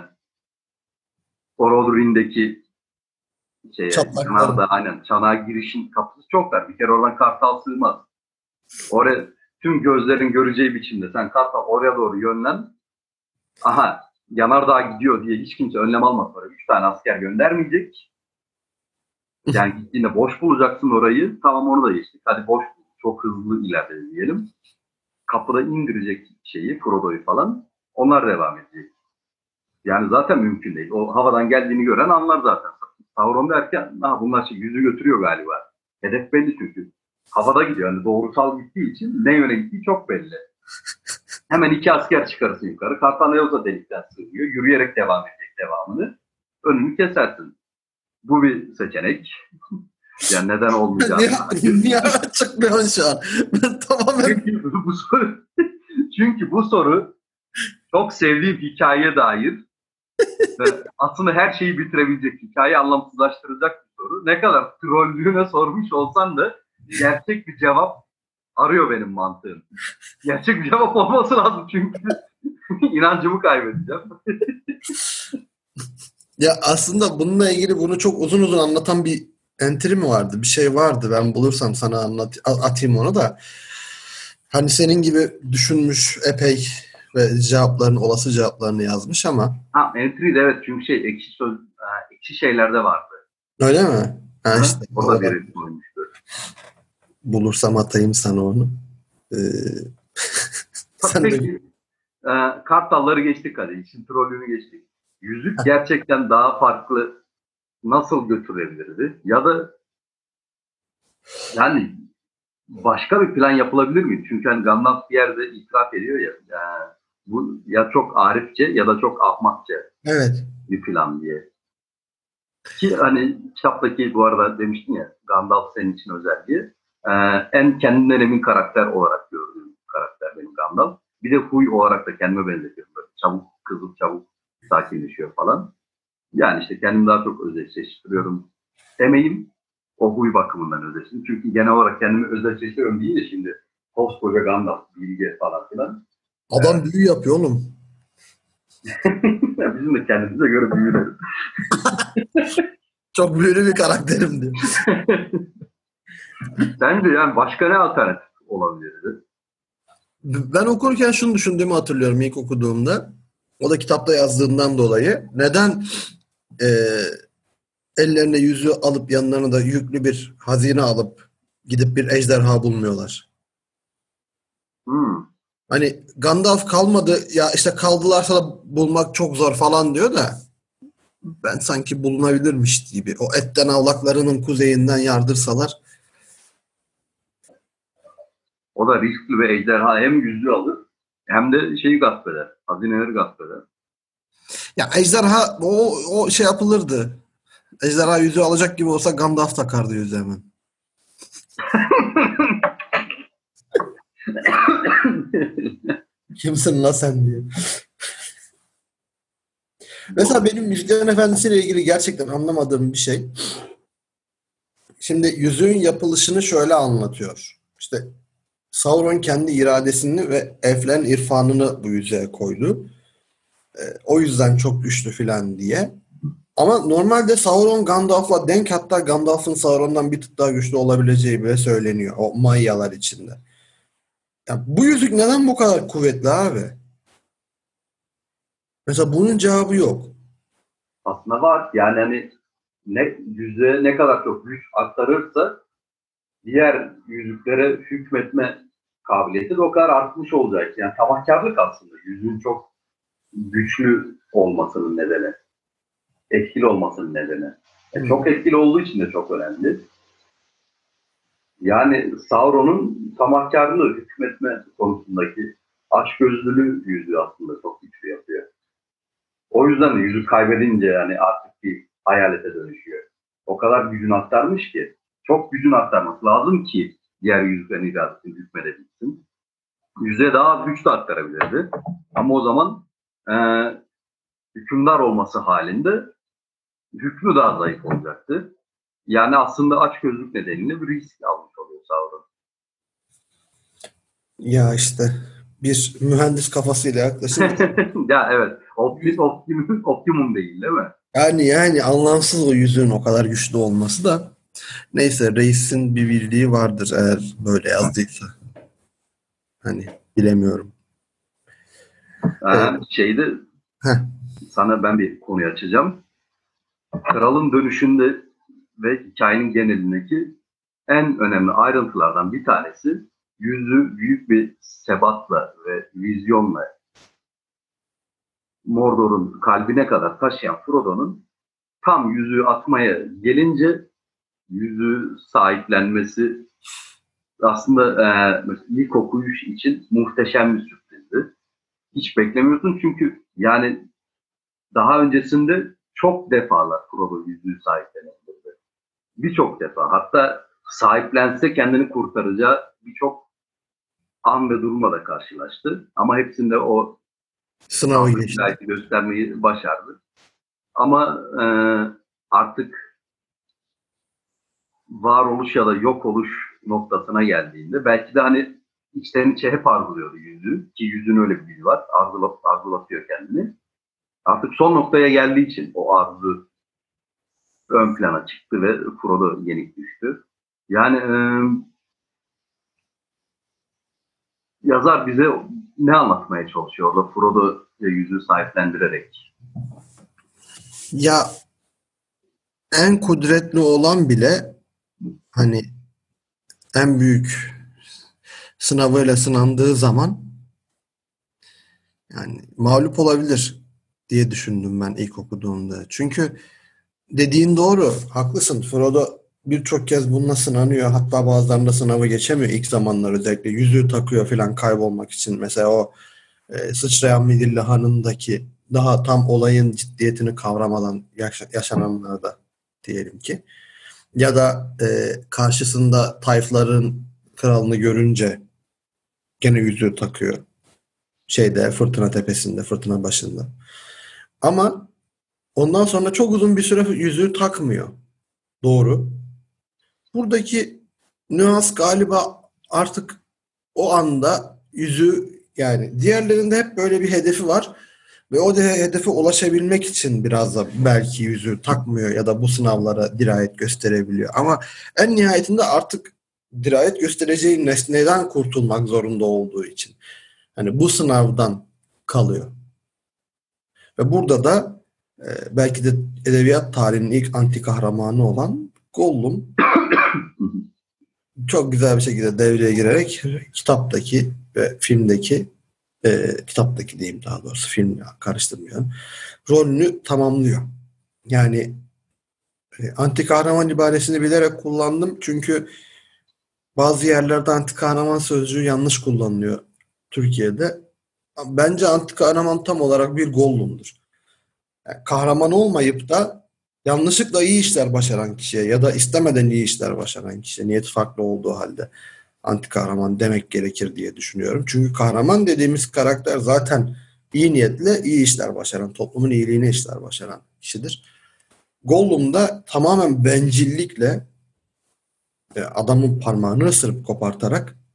Orodruin'deki şeye, Çatlaklar. Çanar'da aynen Çanar'a girişin kapısı çok dar. Bir kere oradan kartal sığmaz. Oraya tüm gözlerin göreceği biçimde sen kartal oraya doğru yönlen. Aha Yanardağ gidiyor diye hiç kimse önlem almaz. Sonra üç tane asker göndermeyecek. Yani gittiğinde boş bulacaksın orayı. Tamam onu da geçtik. Hadi boş bul. Çok hızlı ilerledi diyelim. Kapıda indirecek şeyi, Frodo'yu falan. Onlar devam edecek. Yani zaten mümkün değil. O havadan geldiğini gören anlar zaten. Sauron derken ha, bunlar şey, yüzü götürüyor galiba. Hedef belli çünkü. Havada gidiyor. Yani doğrusal gittiği için ne yöne gittiği çok belli. Hemen iki asker çıkarırsın yukarı. Kartal ne olsa delikten sığıyor. Yürüyerek devam edecek devamını. Önünü kesersin. Bu bir seçenek. Yani neden olmayacağını. Niye, niye çıkmıyorsun şu an? Ben tamamen... Çünkü bu soru, çünkü bu soru çok sevdiğim hikayeye dair ve aslında her şeyi bitirebilecek, hikayeyi anlamsızlaştıracak bir soru. Ne kadar trollüğüne sormuş olsan da gerçek bir cevap arıyor benim mantığım. Gerçek bir cevap olması lazım çünkü inancımı kaybedeceğim. Ya aslında bununla ilgili bunu çok uzun uzun anlatan bir entry mi vardı? Bir şey vardı. Ben bulursam sana anlat atayım onu da. Hani senin gibi düşünmüş epey ve cevaplarını, olası cevaplarını yazmış ama. Ha, entry de evet çünkü şey ekşi söz, ekşi şeylerde vardı. Öyle mi? Ha Hı? işte. O da bir koymuştu. Bulursam atayım sana onu. Ee, sen de Peki e, kartalları geçtik hadi. İşin trollünü geçtik. Yüzük gerçekten daha farklı nasıl götürebilirdi? Ya da yani başka bir plan yapılabilir miydi? Çünkü hani Gandalf bir yerde itiraf ediyor ya, ya bu ya çok arifçe ya da çok ahmakça evet. bir plan diye. Ki hani kitaptaki bu arada demiştin ya Gandalf senin için özel diye. Ee, en kendinden emin karakter olarak gördüğüm karakter benim Gandalf. Bir de huy olarak da kendime benzetiyorum. Böyle çabuk kızıp çabuk sakinleşiyor falan. Yani işte kendimi daha çok özdeşleştiriyorum. Emeğim o huy bakımından özdeşleştim. Çünkü genel olarak kendimi özdeşleştiriyorum değil de şimdi koskoca Gandalf, bilge falan filan. Adam büyü yapıyor oğlum. Bizim de kendimize göre büyüleriz. Çok büyülü bir karakterim diyor. Bence yani başka ne alternatif olabilirdi? Ben okurken şunu düşündüğümü hatırlıyorum ilk okuduğumda. O da kitapta yazdığından dolayı. Neden e, ellerine yüzüğü alıp yanlarına da yüklü bir hazine alıp gidip bir ejderha bulmuyorlar? Hmm. Hani Gandalf kalmadı ya işte kaldılarsa da bulmak çok zor falan diyor da ben sanki bulunabilirmiş gibi. O etten avlaklarının kuzeyinden yardırsalar. O da riskli ve ejderha hem yüzüğü alır hem de şeyi gasp eder. Hazineleri gasp eder. Ya ejderha o, o şey yapılırdı. Ejderha yüzüğü alacak gibi olsa Gandalf takardı yüzüğü hemen. Kimsin la sen diye. Mesela benim Yüzüklerin Efendisi ile ilgili gerçekten anlamadığım bir şey. Şimdi yüzüğün yapılışını şöyle anlatıyor. İşte Sauron kendi iradesini ve elflerin irfanını bu yüzeye koydu. E, o yüzden çok güçlü filan diye. Ama normalde Sauron Gandalf'la denk, hatta Gandalf'ın Sauron'dan bir tık daha güçlü olabileceği bile söyleniyor o Maiyalar içinde. Ya bu yüzük neden bu kadar kuvvetli abi? Mesela bunun cevabı yok. Aslında var. Yani hani ne yüzüğe ne kadar çok güç aktarırsa diğer yüzüklere hükmetme kabiliyeti de o kadar artmış olacak. Yani tamahkarlık aslında. Yüzüğün çok güçlü olmasının nedeni. Etkili olmasının nedeni. E, Hmm. çok etkili olduğu için de çok önemli. Yani Sauron'un tamahkarlığı, hükmetme konusundaki açgözlülüğü yüzüğü aslında çok güçlü yapıyor. O yüzden de yüzük kaybedince yani artık bir hayalete dönüşüyor. O kadar gücünü aktarmış ki çok gücünü aktarması lazım ki diğer yüzüklerin iradesini hükmedebilsin. Yüzüğe daha güç de aktarabilirdi. Ama o zaman e, hükümdar olması halinde hükmü daha zayıf olacaktı. Yani aslında açgözlük nedeniyle bir risk almış oluyor Sauron. Ya işte bir mühendis kafasıyla yaklaşınca Ya evet, optim, optimum, optimum değil değil mi? yani yani anlamsız o yüzüğün o kadar güçlü olması da. Neyse, reisin bir bildiği vardır eğer böyle yazdıysa. Hani bilemiyorum. Ee, Ee, şeyde heh, sana ben bir konuyu açacağım. Kralın dönüşünde ve hikayenin genelindeki en önemli ayrıntılardan bir tanesi yüzü büyük bir sebatla ve vizyonla Mordor'un kalbine kadar taşıyan Frodo'nun tam yüzüğü atmaya gelince yüzüğü sahiplenmesi aslında e, ilk okuyuş için muhteşem bir sürprizdi. Hiç beklemiyorsun çünkü yani daha öncesinde çok defalar Frodo yüzüğü sahiplenebilirdi. Birçok defa. Hatta sahiplense kendini kurtaracağı birçok an ve durumla da karşılaştı. Ama hepsinde o sınavı sabrı geçti. belki göstermeyi başardı. Ama e, artık varoluş ya da yok oluş noktasına geldiğinde belki de hani içten içe hep arzuluyordu yüzüğü. Ki yüzüğün öyle bir gücü var. Arzulat, arzulatıyor kendini. Artık son noktaya geldiği için o arzu ön plana çıktı ve Frodo yenik düştü. Yani e, yazar bize ne anlatmaya çalışıyor orada Frodo yüzüğü sahiplendirerek? Ya en kudretli olan bile hani en büyük sınavıyla sınandığı zaman yani mağlup olabilir diye düşündüm ben ilk okuduğumda. Çünkü dediğin doğru, haklısın. Frodo birçok kez bununla sınanıyor. Hatta bazılarında sınavı geçemiyor ilk zamanlar özellikle. Yüzüğü takıyor falan kaybolmak için. Mesela o e, Sıçrayan Midilli Hanı'ndaki daha tam olayın ciddiyetini kavramadan yaşa- yaşananlarda diyelim ki. Ya da e, karşısında tayfların kralını görünce gene yüzüğü takıyor. Şeyde, Fırtına Tepesi'nde, fırtına başında. Ama ondan sonra çok uzun bir süre yüzüğü takmıyor. Doğru. Buradaki nüans galiba artık o anda yüzüğü, yani diğerlerinde hep böyle bir hedefi var ve o de hedefe ulaşabilmek için biraz da belki yüzüğü takmıyor ya da bu sınavlara dirayet gösterebiliyor. Ama en nihayetinde artık dirayet göstereceği nesneden kurtulmak zorunda olduğu için. Hani bu sınavdan kalıyor. Ve burada da e, belki de edebiyat tarihinin ilk anti kahramanı olan Gollum çok güzel bir şekilde devreye girerek kitaptaki ve filmdeki e, kitaptaki diyeyim daha doğrusu, filmle karıştırmayalım, rolünü tamamlıyor. Yani e, anti kahraman ibaresini bilerek kullandım çünkü bazı yerlerde anti kahraman sözcüğü yanlış kullanılıyor Türkiye'de. Bence anti kahraman tam olarak bir Gollum'dur. Yani kahraman olmayıp da yanlışlıkla iyi işler başaran kişiye ya da istemeden iyi işler başaran kişiye, niyet farklı olduğu halde anti kahraman demek gerekir diye düşünüyorum. Çünkü kahraman dediğimiz karakter zaten iyi niyetle iyi işler başaran, toplumun iyiliğine işler başaran kişidir. Gollum da tamamen bencillikle e, adamın parmağını ısırıp kopartarak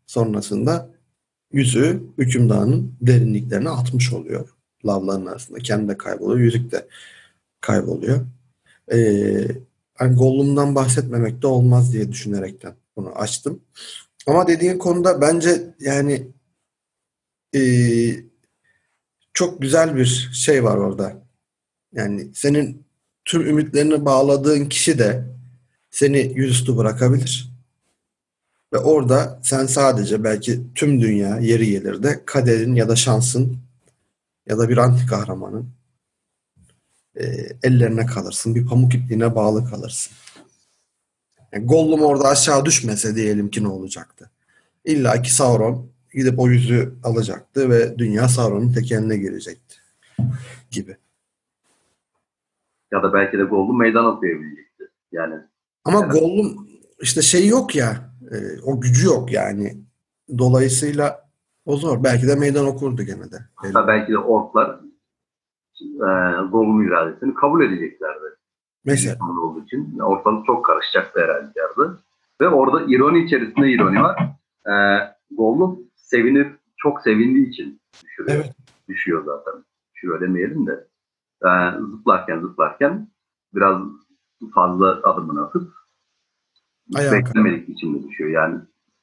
sonrasında yüzüğü hükümdarın derinliklerine atmış oluyor. Lavların arasında. Kendi de kayboluyor. Yüzük de kayboluyor. Ee, hani Gollum'dan bahsetmemek de olmaz diye düşünerekten bunu açtım. Ama dediğin konuda bence yani ee, çok güzel bir şey var orada. Yani senin tüm ümitlerini bağladığın kişi de seni yüzüstü bırakabilir. Ve orada sen sadece belki tüm dünya yeri gelir de kaderin ya da şansın ya da bir anti kahramanın e, ellerine kalırsın. Bir pamuk ipliğine bağlı kalırsın. Yani Gollum orada aşağı düşmese diyelim ki ne olacaktı? İlla ki Sauron gidip o yüzüğü alacaktı ve dünya Sauron'un tekeline girecekti gibi. Ya da belki de Gollum meydan okuyabilecekti. Yani Ama herhalde. Gollum işte şey yok ya, e, o gücü yok yani. Dolayısıyla o zor. Belki de meydan okurdu gene de. Hatta belki de orklar e, Gollum iradesini kabul edeceklerdi. Mesela. Düşman olduğu için. Ortalık çok karışacaktı herhalde yerde. Ve orada ironi içerisinde ironi var. E, Gollum sevinir, çok sevindiği için düşürüyor. Evet. Düşüyor zaten. Düşüyor demeyelim de. E, zıplarken zıplarken biraz fazla adımını atıp Ayağa kalk. beklemedik biçimde düşüyor. Yani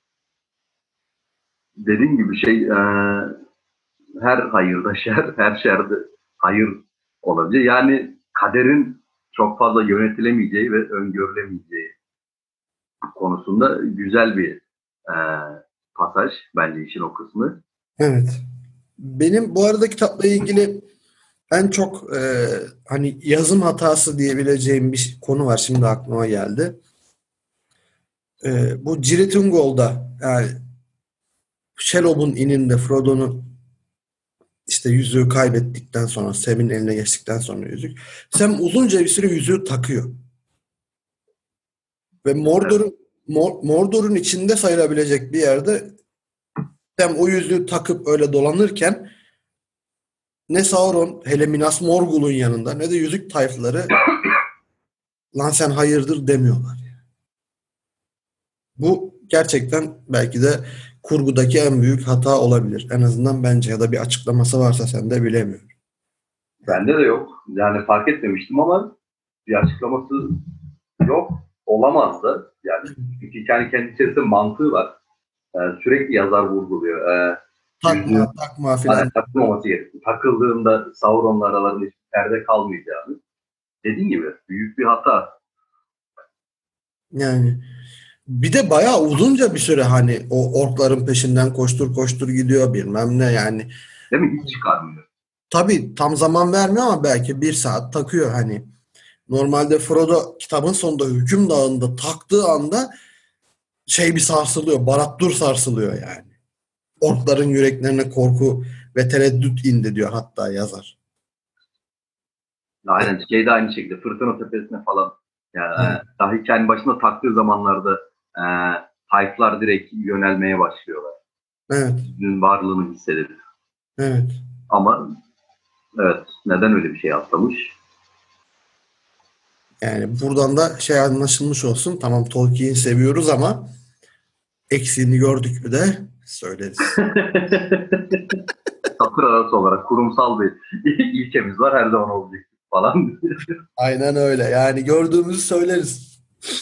dediğim gibi şey e, her hayırda şer, her şerde hayır olabilir. Yani kaderin çok fazla yönetilemeyeceği ve öngörülemeyeceği konusunda güzel bir e, pasaj bence işin o kısmı. Evet. Benim bu arada kitapla ilgili en çok e, hani yazım hatası diyebileceğim bir konu var. Şimdi aklıma geldi. E, bu Cirit Ungol'da yani Shelob'un ininde Frodo'nun işte yüzüğü kaybettikten sonra Sam'in eline geçtikten sonra yüzük. Sam uzunca bir süre yüzüğü takıyor. Ve Mordor'un Mor- Mordor'un içinde sayılabilecek bir yerde Sam o yüzüğü takıp öyle dolanırken ne Sauron hele Minas Morgul'un yanında ne de yüzük tayfları lan sen hayırdır demiyorlar. Bu gerçekten belki de kurgudaki en büyük hata olabilir. En azından bence ya da bir açıklaması varsa sen de bilemiyorum. Bende de yok. Yani fark etmemiştim ama bir açıklaması yok. Olamaz da. Yani çünkü kendi kendi içerisinde mantığı var. E, sürekli yazar vurguluyor. E, yüzüğün Takma takma hani filan. takılmaması gerekiyor. Takıldığında Sauron'la aralarında hiçbir perde kalmayacağını. Dediğin gibi büyük bir hata. Yani bir de bayağı uzunca bir süre hani o orkların peşinden koştur koştur gidiyor bilmem ne yani. Değil mi? Hiç çıkarmıyor. Tabii tam zaman vermiyor ama belki bir saat takıyor hani. Normalde Frodo kitabın sonunda hüküm dağında taktığı anda şey bir sarsılıyor. Barad-dûr sarsılıyor yani. Orkların yüreklerine korku ve tereddüt indi diyor hatta yazar. Aynen. Şey de aynı şekilde. Fırtına Tepesi'ne falan. Yani e, Evet. dahi kendi başına taktığı zamanlarda e, tayflar direkt yönelmeye başlıyorlar. Evet. Yüzüğün varlığını hissedip. Evet. Ama evet. Neden öyle bir şey atlamış? Yani buradan da şey anlaşılmış olsun. Tamam Tolkien'i seviyoruz ama eksiğini gördük mü de söyleriz. Satır arası olarak kurumsal bir ilkemiz var. Her zaman olacak falan. Aynen öyle. Yani gördüğümüzü söyleriz.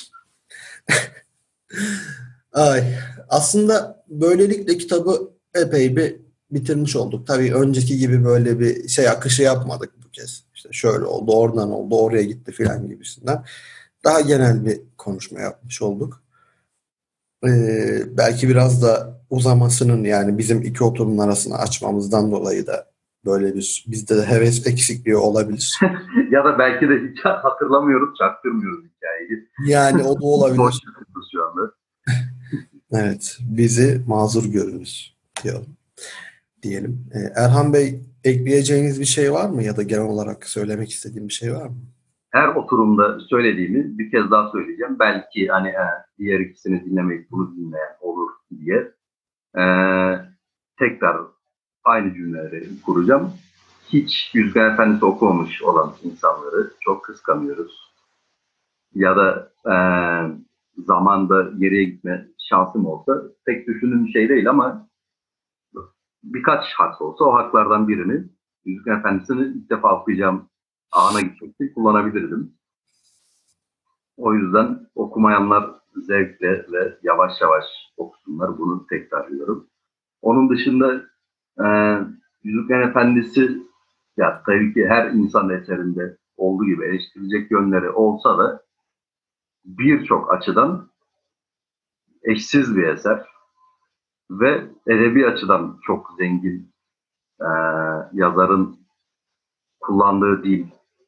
Ay. Aslında böylelikle kitabı epey bir bitirmiş olduk. Tabii önceki gibi böyle bir şey akışı yapmadık bu kez. İşte şöyle oldu, oradan oldu, oraya gitti filan gibisinden. Daha genel bir konuşma yapmış olduk. Ee, belki biraz da uzamasının yani bizim iki oturumun arasını açmamızdan dolayı da böyle bir bizde de heves eksikliği olabilir. Ya da belki de hiç hatırlamıyoruz, çaktırmıyoruz hikayeyi. Yani o da Boş olabilir. yapıyoruz şu anda. Evet, bizi mazur görünüz diyorum, diyelim. Ee, Erhan Bey ekleyeceğiniz bir şey var mı ya da genel olarak söylemek istediğim bir şey var mı? Her oturumda söylediğimi bir kez daha söyleyeceğim. Belki hani e, diğer ikisini dinlemeyip bunu dinleyen olur diye. E, tekrar aynı cümleleri kuracağım. Hiç Yüzgen Efendisi okumamış olan insanları çok kıskanıyoruz. Ya da e, zamanda geriye gitme şansım olsa pek düşündüğüm bir şey değil ama birkaç hak olsa o haklardan birini Yüzüklerin Efendisi'ni ilk defa okuyacağım ana gitmek için kullanabilirdim. O yüzden okumayanlar zevkle ve yavaş yavaş okusunlar. Bunu tekrarlıyorum. Onun dışında e, Yüzüklerin Efendisi ya tabii ki her insan eserinde olduğu gibi eleştirilecek yönleri olsa da birçok açıdan eşsiz bir eser ve edebi açıdan çok zengin. E, yazarın kullandığı dil,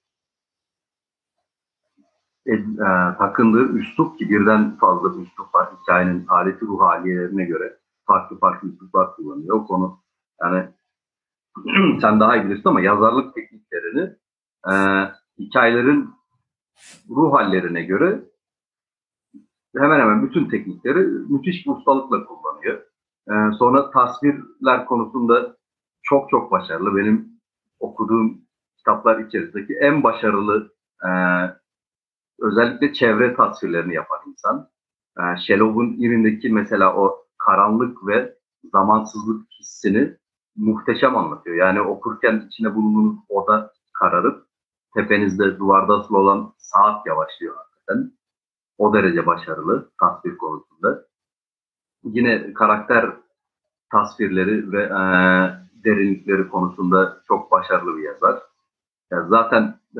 e, e, takındığı üslup ki birden fazla üslup var. Hikayenin aleti ruh haliyelerine göre farklı farklı üsluplar kullanıyor. O konu yani sen daha iyi bilirsin ama yazarlık tekniklerini e, hikayelerin ruh hallerine göre hemen hemen bütün teknikleri müthiş bir ustalıkla kullanıyor. E, sonra tasvirler konusunda çok çok başarılı. Benim okuduğum kitaplar içerisindeki en başarılı e, özellikle çevre tasvirlerini yapan insan. E, Shelow'un irindeki mesela o karanlık ve zamansızlık hissini muhteşem anlatıyor. Yani okurken içine bulunduğunuz oda kararıp tepenizde duvarda asılı olan saat yavaşlıyor hakikaten. O derece başarılı tasvir konusunda. Yine karakter tasvirleri ve e, derinlikleri konusunda çok başarılı bir yazar. Ya zaten e,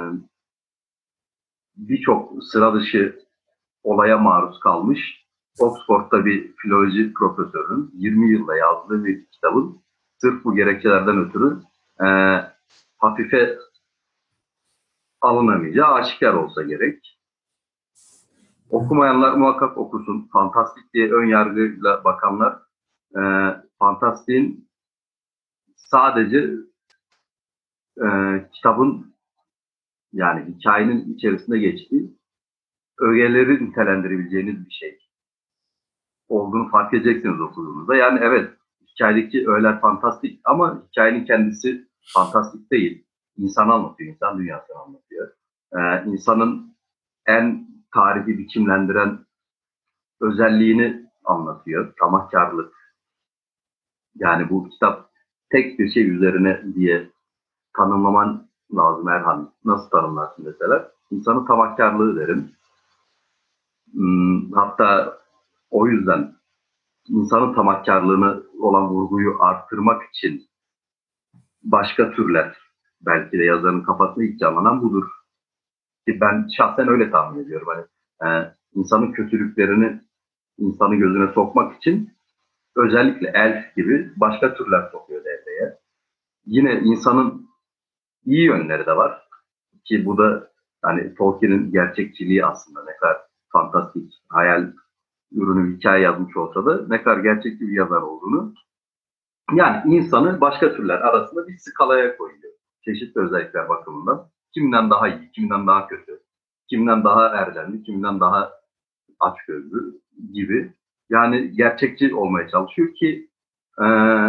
birçok sıra dışı olaya maruz kalmış. Oxford'da bir filoloji profesörünün yirmi yılda yazdığı bir kitabın sırf bu gerekçelerden ötürü e, hafife alınamayacağı aşikar olsa gerek. Okumayanlar muhakkak okusun. Fantastik diye ön yargıyla bakanlar e, fantastiğin sadece e, kitabın yani hikayenin içerisinde geçtiği ögeleri nitelendirebileceğiniz bir şey olduğunu fark edeceksiniz okuduğunuzda. Yani evet hikayedeki öğeler fantastik ama hikayenin kendisi fantastik değil. İnsanı anlatıyor, insan dünyasını anlatıyor. Ee, insanın en tarihi biçimlendiren özelliğini anlatıyor. Tamahkarlık. Yani bu kitap tek bir şey üzerine diye tanımlaman lazım Erhan. Nasıl tanımlarsın mesela? İnsanın tamahkarlığı derim. Hmm, hatta o yüzden insanın tamahkarlığını olan vurguyu arttırmak için başka türler belki de yazarın kafasında ilk canlanan budur. Ki ben şahsen öyle tahmin ediyorum. Hani, e, insanın kötülüklerini insanın gözüne sokmak için özellikle elf gibi başka türler sokuyor devreye. Yine insanın iyi yönleri de var. Ki bu da hani Tolkien'in gerçekçiliği aslında ne kadar fantastik, hayal ürünü hikaye yazmış olsa da ne kadar gerçekçi bir yazar olduğunu yani insanı başka türler arasında bir skalaya koyuyor. Çeşitli özellikler bakımından. Kiminden daha iyi, kiminden daha kötü, kiminden daha erdemli, kiminden daha açgözlü gibi. Yani gerçekçi olmaya çalışıyor ki e,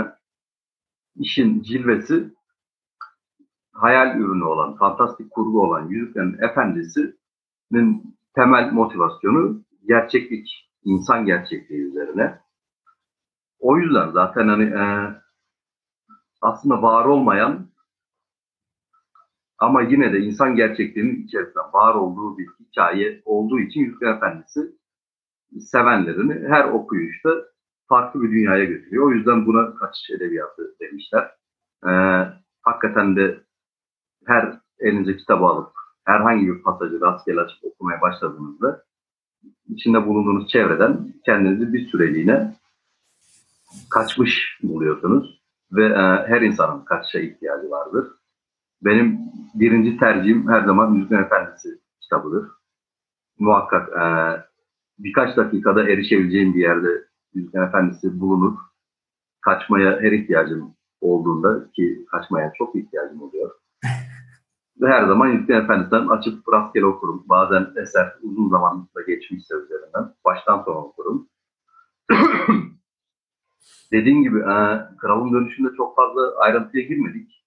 işin cilvesi hayal ürünü olan, fantastik kurgu olan Yüzüklerin Efendisi'nin temel motivasyonu gerçeklik, insan gerçekliği üzerine. O yüzden zaten hani e, aslında var olmayan ama yine de insan gerçekliğinin içerisinde var olduğu bir hikaye olduğu için Yüzüklerin Efendisi sevenlerini her okuyuşta farklı bir dünyaya götürüyor. O yüzden buna kaçış edebiyatı demişler. Ee, hakikaten de her elinize kitabı alıp herhangi bir pasajı rastgele açıp okumaya başladığınızda içinde bulunduğunuz çevreden kendinizi bir süreliğine kaçmış buluyorsunuz ve e, her insanın kaçışa ihtiyacı vardır. Benim birinci tercihim her zaman Yüzüklerin Efendisi kitabıdır. Muhakkak e, birkaç dakikada erişebileceğim bir yerde Yüzüklerin Efendisi bulunur. Kaçmaya her ihtiyacım olduğunda ki kaçmaya çok ihtiyacım oluyor. Ve her zaman Yüzüklerin Efendisi'nden açıp rastgele okurum. Bazen eser uzun zamanla geçmişse üzerinden baştan sona okurum. Dediğim gibi e, Kralın Dönüşü'nde çok fazla ayrıntıya girmedik.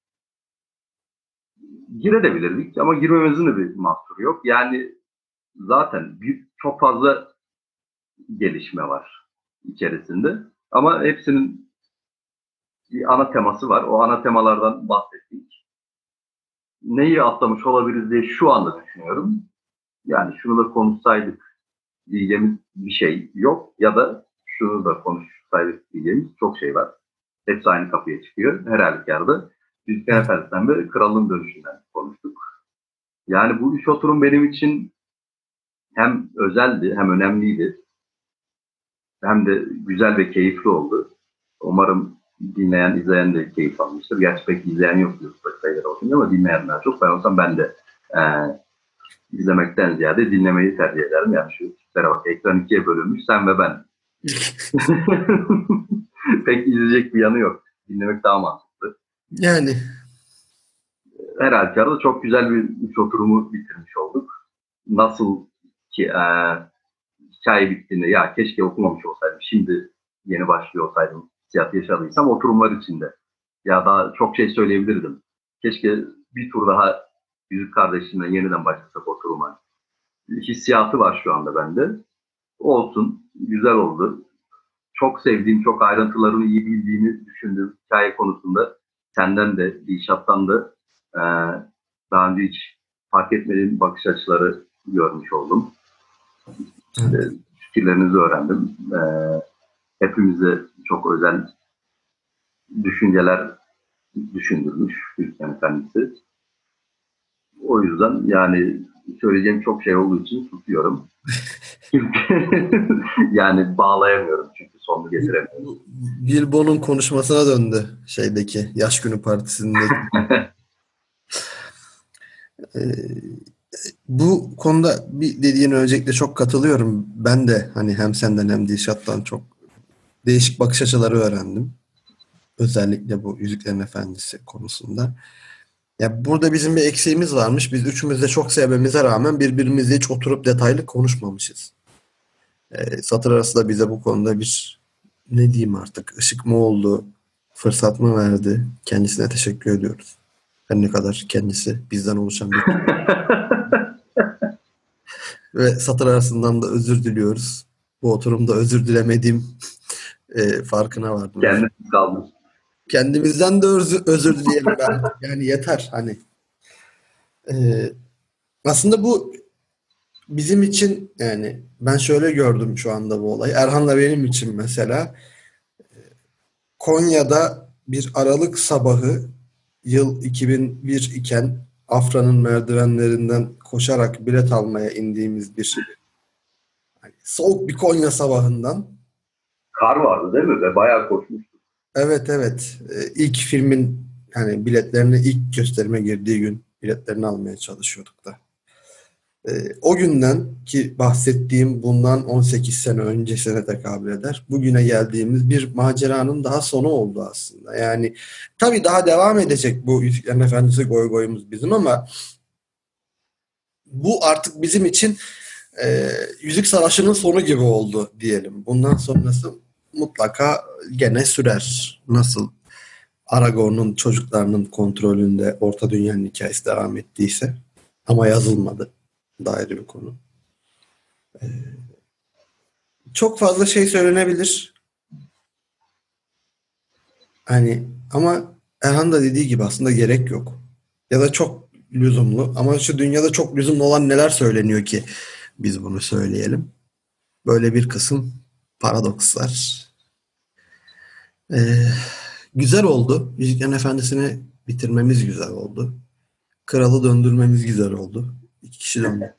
Girebilirdik ama girmemizin de bir mahsuru yok. Yani zaten bir, çok fazla gelişme var içerisinde. Ama hepsinin bir ana teması var. O ana temalardan bahsettik. Neyi atlamış olabiliriz diye şu anda düşünüyorum. Yani şunu da konuşsaydık diyeceğimiz bir şey yok. Ya da şunu da konuşsaydık diyeceğimiz çok şey var. Hepsi aynı kapıya çıkıyor. Her halükarda Yüzüklerin Efendisi'nden ve Kralın Dönüşü'nden konuştuk. Yani bu üç oturum benim için hem özeldi, hem önemliydi, hem de güzel ve keyifli oldu. Umarım dinleyen, izleyen de keyif almıştır. Gerçi pek izleyen yok YouTube'da sayıları olsunca ama dinleyenler çok. Ben olsam ben de e, izlemekten ziyade dinlemeyi tercih ederim. Yani şu tiplere bak, ekran ikiye bölünmüş, sen ve ben. Pek izleyecek bir yanı yok. Dinlemek daha mantıklı. Yani. Her halükarda çok güzel bir üç oturumu bitirmiş olduk. Nasıl ki e, hikaye bittiğinde ya keşke okumamış olsaydım, şimdi yeni başlıyor olsaydım hissiyatı yaşadıysam oturumlar içinde. Ya daha çok şey söyleyebilirdim. Keşke bir tur daha Yüzük Kardeşliği'ne yeniden başlasak oturuma. Hissiyatı var şu anda bende. Olsun, güzel oldu. Çok sevdiğim, çok ayrıntılarını iyi bildiğini düşündüğüm hikaye konusunda senden de, Dilşat'tan da e, daha önce hiç fark etmediğim bakış açıları görmüş oldum. E, fikirlerinizi öğrendim. E, hepimize çok özel düşünceler düşündürmüş Yüzüklerin Efendisi. O yüzden yani söyleyeceğim çok şey olduğu için tutuyorum. Yani bağlayamıyorum çünkü sonunu getiremiyorum. Bilbo'nun konuşmasına döndü şeydeki Yaş Günü Partisi'ndeki. ee, bu konuda bir dediğine öncelikle çok katılıyorum. Ben de hani hem senden hem Dilşat'tan çok değişik bakış açıları öğrendim. Özellikle bu Yüzüklerin Efendisi konusunda. Ya burada bizim bir eksiğimiz varmış. Biz üçümüz de çok sevmemize rağmen birbirimizle hiç oturup detaylı konuşmamışız. E, satır arası da bize bu konuda bir ne diyeyim artık ışık mı oldu, fırsat mı verdi? Kendisine teşekkür ediyoruz. Her ne kadar kendisi bizden oluşan bir ve satır arasından da özür diliyoruz. Bu oturumda özür dilemediğim e, farkına vardım. Kendisi kalmış. Kendimizden de özür, özür dileyelim ben. Yani yeter hani. E, aslında bu bizim için yani ben şöyle gördüm şu anda bu olayı. Erhan'la benim için mesela Konya'da bir Aralık sabahı yıl iki bin bir iken Afra'nın merdivenlerinden koşarak bilet almaya indiğimiz bir hani soğuk bir Konya sabahından. Kar vardı değil mi? Ve bayağı koşmuştuk. Evet evet. Ee, ilk filmin hani biletlerini ilk gösterime girdiği gün biletlerini almaya çalışıyorduk da. Ee, o günden ki bahsettiğim bundan on sekiz sene öncesine tekabül eder. Bugüne geldiğimiz bir maceranın daha sonu oldu aslında. Yani tabii daha devam edecek bu Yüzüklerin Efendisi goy goyumuz bizim ama bu artık bizim için e, Yüzük Savaşı'nın sonu gibi oldu diyelim. Bundan sonrası mutlaka gene sürer. Nasıl Aragorn'un çocuklarının kontrolünde Orta Dünya'nın hikayesi devam ettiyse ama yazılmadı. Da ayrı bir konu. Ee, çok fazla şey söylenebilir. Hani ama Erhan da dediği gibi aslında gerek yok. Ya da çok lüzumlu. Ama şu dünyada çok lüzumlu olan neler söyleniyor ki biz bunu söyleyelim. Böyle bir kısım paradokslar. Ee, güzel oldu. Yüzüklerin Efendisi'ni bitirmemiz güzel oldu. Kralı döndürmemiz güzel oldu. İki kişi döndü.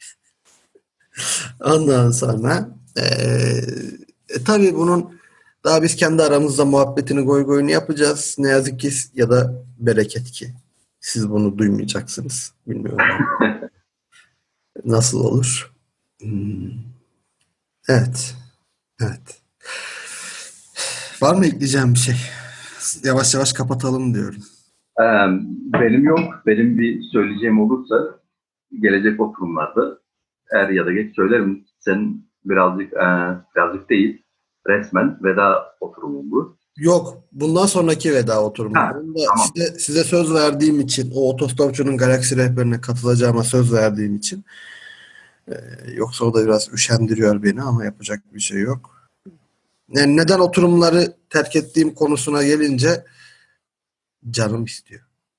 Ondan sonra eee e, tabii bunun daha biz kendi aramızda muhabbetini goy goyunu yapacağız. Ne yazık ki ya da bereket ki siz bunu duymayacaksınız. Bilmiyorum nasıl olur. Hmm, evet. Evet. Var mı ekleyeceğim bir şey? Yavaş yavaş kapatalım diyorum. Ee, benim yok. Benim bir söyleyeceğim olursa gelecek oturumlarda er ya da geç söylerim. Sen birazcık e, birazcık değil, resmen veda oturumu bu. Yok. Bundan sonraki veda oturumu. Ha, Onu da tamam. size, size söz verdiğim için o otostopçunun galaksi rehberine katılacağıma söz verdiğim için Ee, yoksa o da biraz üşendiriyor beni ama yapacak bir şey yok. Yani neden oturumları terk ettiğim konusuna gelince canım istiyor.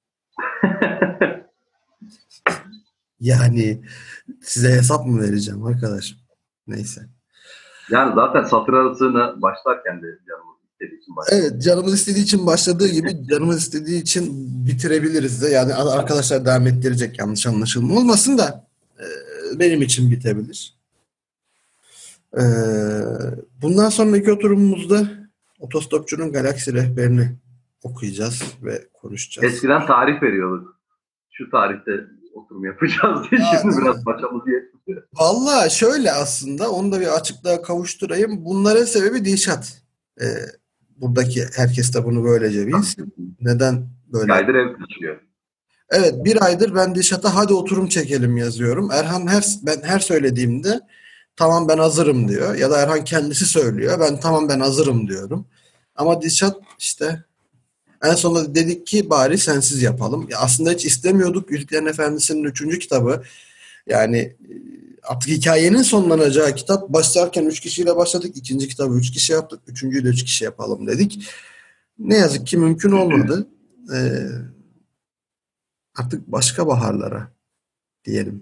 Yani size hesap mı vereceğim arkadaşım? Neyse. Yani zaten satır arasına başlarken de canımız istediği için başladık. Evet, canımız istediği için başladığı gibi canımız istediği için bitirebiliriz de. Yani arkadaşlar devam ettirecek, yanlış anlaşılma olmasın da e, benim için bitebilir. E, bundan sonraki oturumumuzda Otostopçunun Galaksi Rehberini okuyacağız ve konuşacağız. Eskiden tarih veriyorduk. Şu tarihte oturum yapacağız diye. Aa, Şimdi değil biraz mi? paçamız yetmiyor. Vallahi şöyle, aslında onu da bir açıklığa kavuşturayım. Bunların sebebi Dilşat. E, buradaki herkes de bunu böylece bilsin. Neden böyle? Yaydır ev geçiyor. Evet, bir aydır ben Dilşat'a hadi oturum çekelim yazıyorum. Erhan her ben her söylediğimde tamam ben hazırım diyor. Ya da Erhan kendisi söylüyor. Ben tamam ben hazırım diyorum. Ama Dilşat işte en sonunda dedik ki bari sensiz yapalım. Ya aslında hiç istemiyorduk. Yüzüklerin Efendisi'nin üçüncü kitabı. Yani e, artık hikayenin sonlanacağı kitap. Başlarken üç kişiyle başladık. İkinci kitabı üç kişi yaptık. Üçüncüyü de üç kişi yapalım dedik. Ne yazık ki mümkün olmadı. Ee, artık başka baharlara diyelim.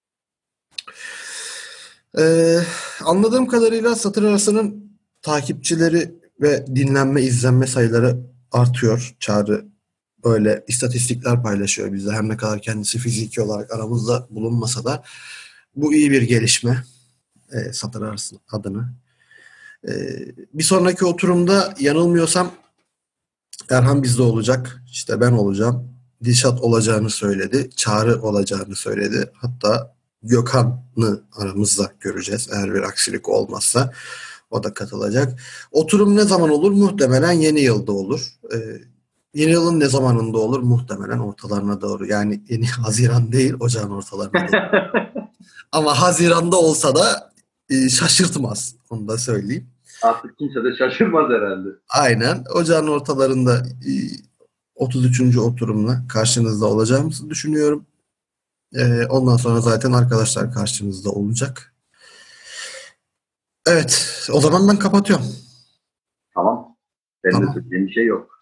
Ee, anladığım kadarıyla satır arasının takipçileri ve dinlenme, izlenme sayıları artıyor. Çağrı böyle istatistikler paylaşıyor bizde. Her ne kadar kendisi fiziki olarak aramızda bulunmasa da bu iyi bir gelişme. E, satır arası adına. E, bir sonraki oturumda yanılmıyorsam Erhan bizde olacak. İşte ben olacağım. Dilşat olacağını söyledi. Çağrı olacağını söyledi. Hatta Gökhan'ı aramızda göreceğiz. Eğer bir aksilik olmazsa o da katılacak. Oturum ne zaman olur? Muhtemelen yeni yılda olur. Ee, yeni yılın ne zamanında olur? Muhtemelen ortalarına doğru. Yani yeni Haziran değil, ocağın ortalarına doğru. Ama Haziran'da olsa da e, şaşırtmaz. Onu da söyleyeyim. Artık kimse de şaşırmaz herhalde. Aynen. Ocağın ortalarında e, otuz üçüncü oturumla karşınızda olacağımızı düşünüyorum. E, ondan sonra zaten arkadaşlar karşınızda olacak. Evet. O zaman ben kapatıyorum. Tamam. Benim de Tamam. söyleyeceğim bir şey yok.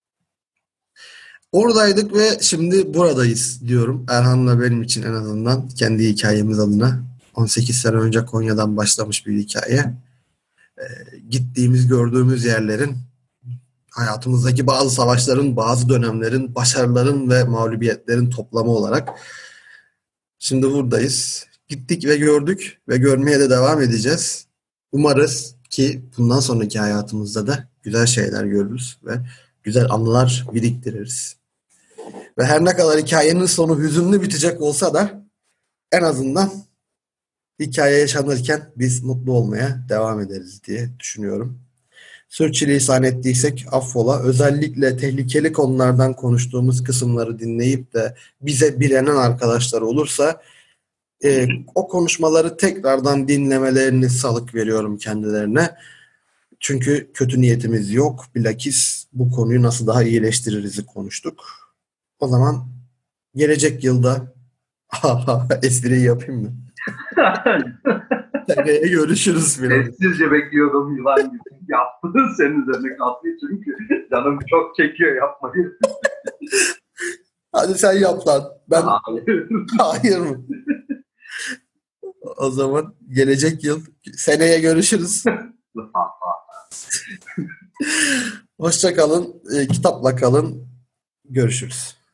Oradaydık ve şimdi buradayız diyorum. Erhan'la benim için en azından kendi hikayemiz adına. on sekiz sene önce Konya'dan başlamış bir hikaye. E, gittiğimiz, gördüğümüz yerlerin, hayatımızdaki bazı savaşların, bazı dönemlerin, başarıların ve mağlubiyetlerin toplamı olarak şimdi buradayız. Gittik ve gördük ve görmeye de devam edeceğiz. Umarız ki bundan sonraki hayatımızda da güzel şeyler görürüz ve güzel anılar biriktiririz. Ve her ne kadar hikayenin sonu hüzünlü bitecek olsa da en azından hikaye yaşanırken biz mutlu olmaya devam ederiz diye düşünüyorum. Sürçülisan ettiysek affola. Özellikle tehlikeli konulardan konuştuğumuz kısımları dinleyip de bize bilenen arkadaşlar olursa e, o konuşmaları tekrardan dinlemelerini salık veriyorum kendilerine. Çünkü kötü niyetimiz yok. Bilakis bu konuyu nasıl daha iyileştiririz konuştuk. O zaman gelecek yılda espriyi yapayım mı? Seneye görüşürüz biraz. Sessizce bekliyordum yılan gibi. Yaptın senin üzerine kalkıyor çünkü canım çok çekiyor yapmayı. Hadi sen yap lan. Ben Hayır. hayır mı? O zaman gelecek yıl seneye görüşürüz. Hoşça kalın. E, kitapla kalın. Görüşürüz.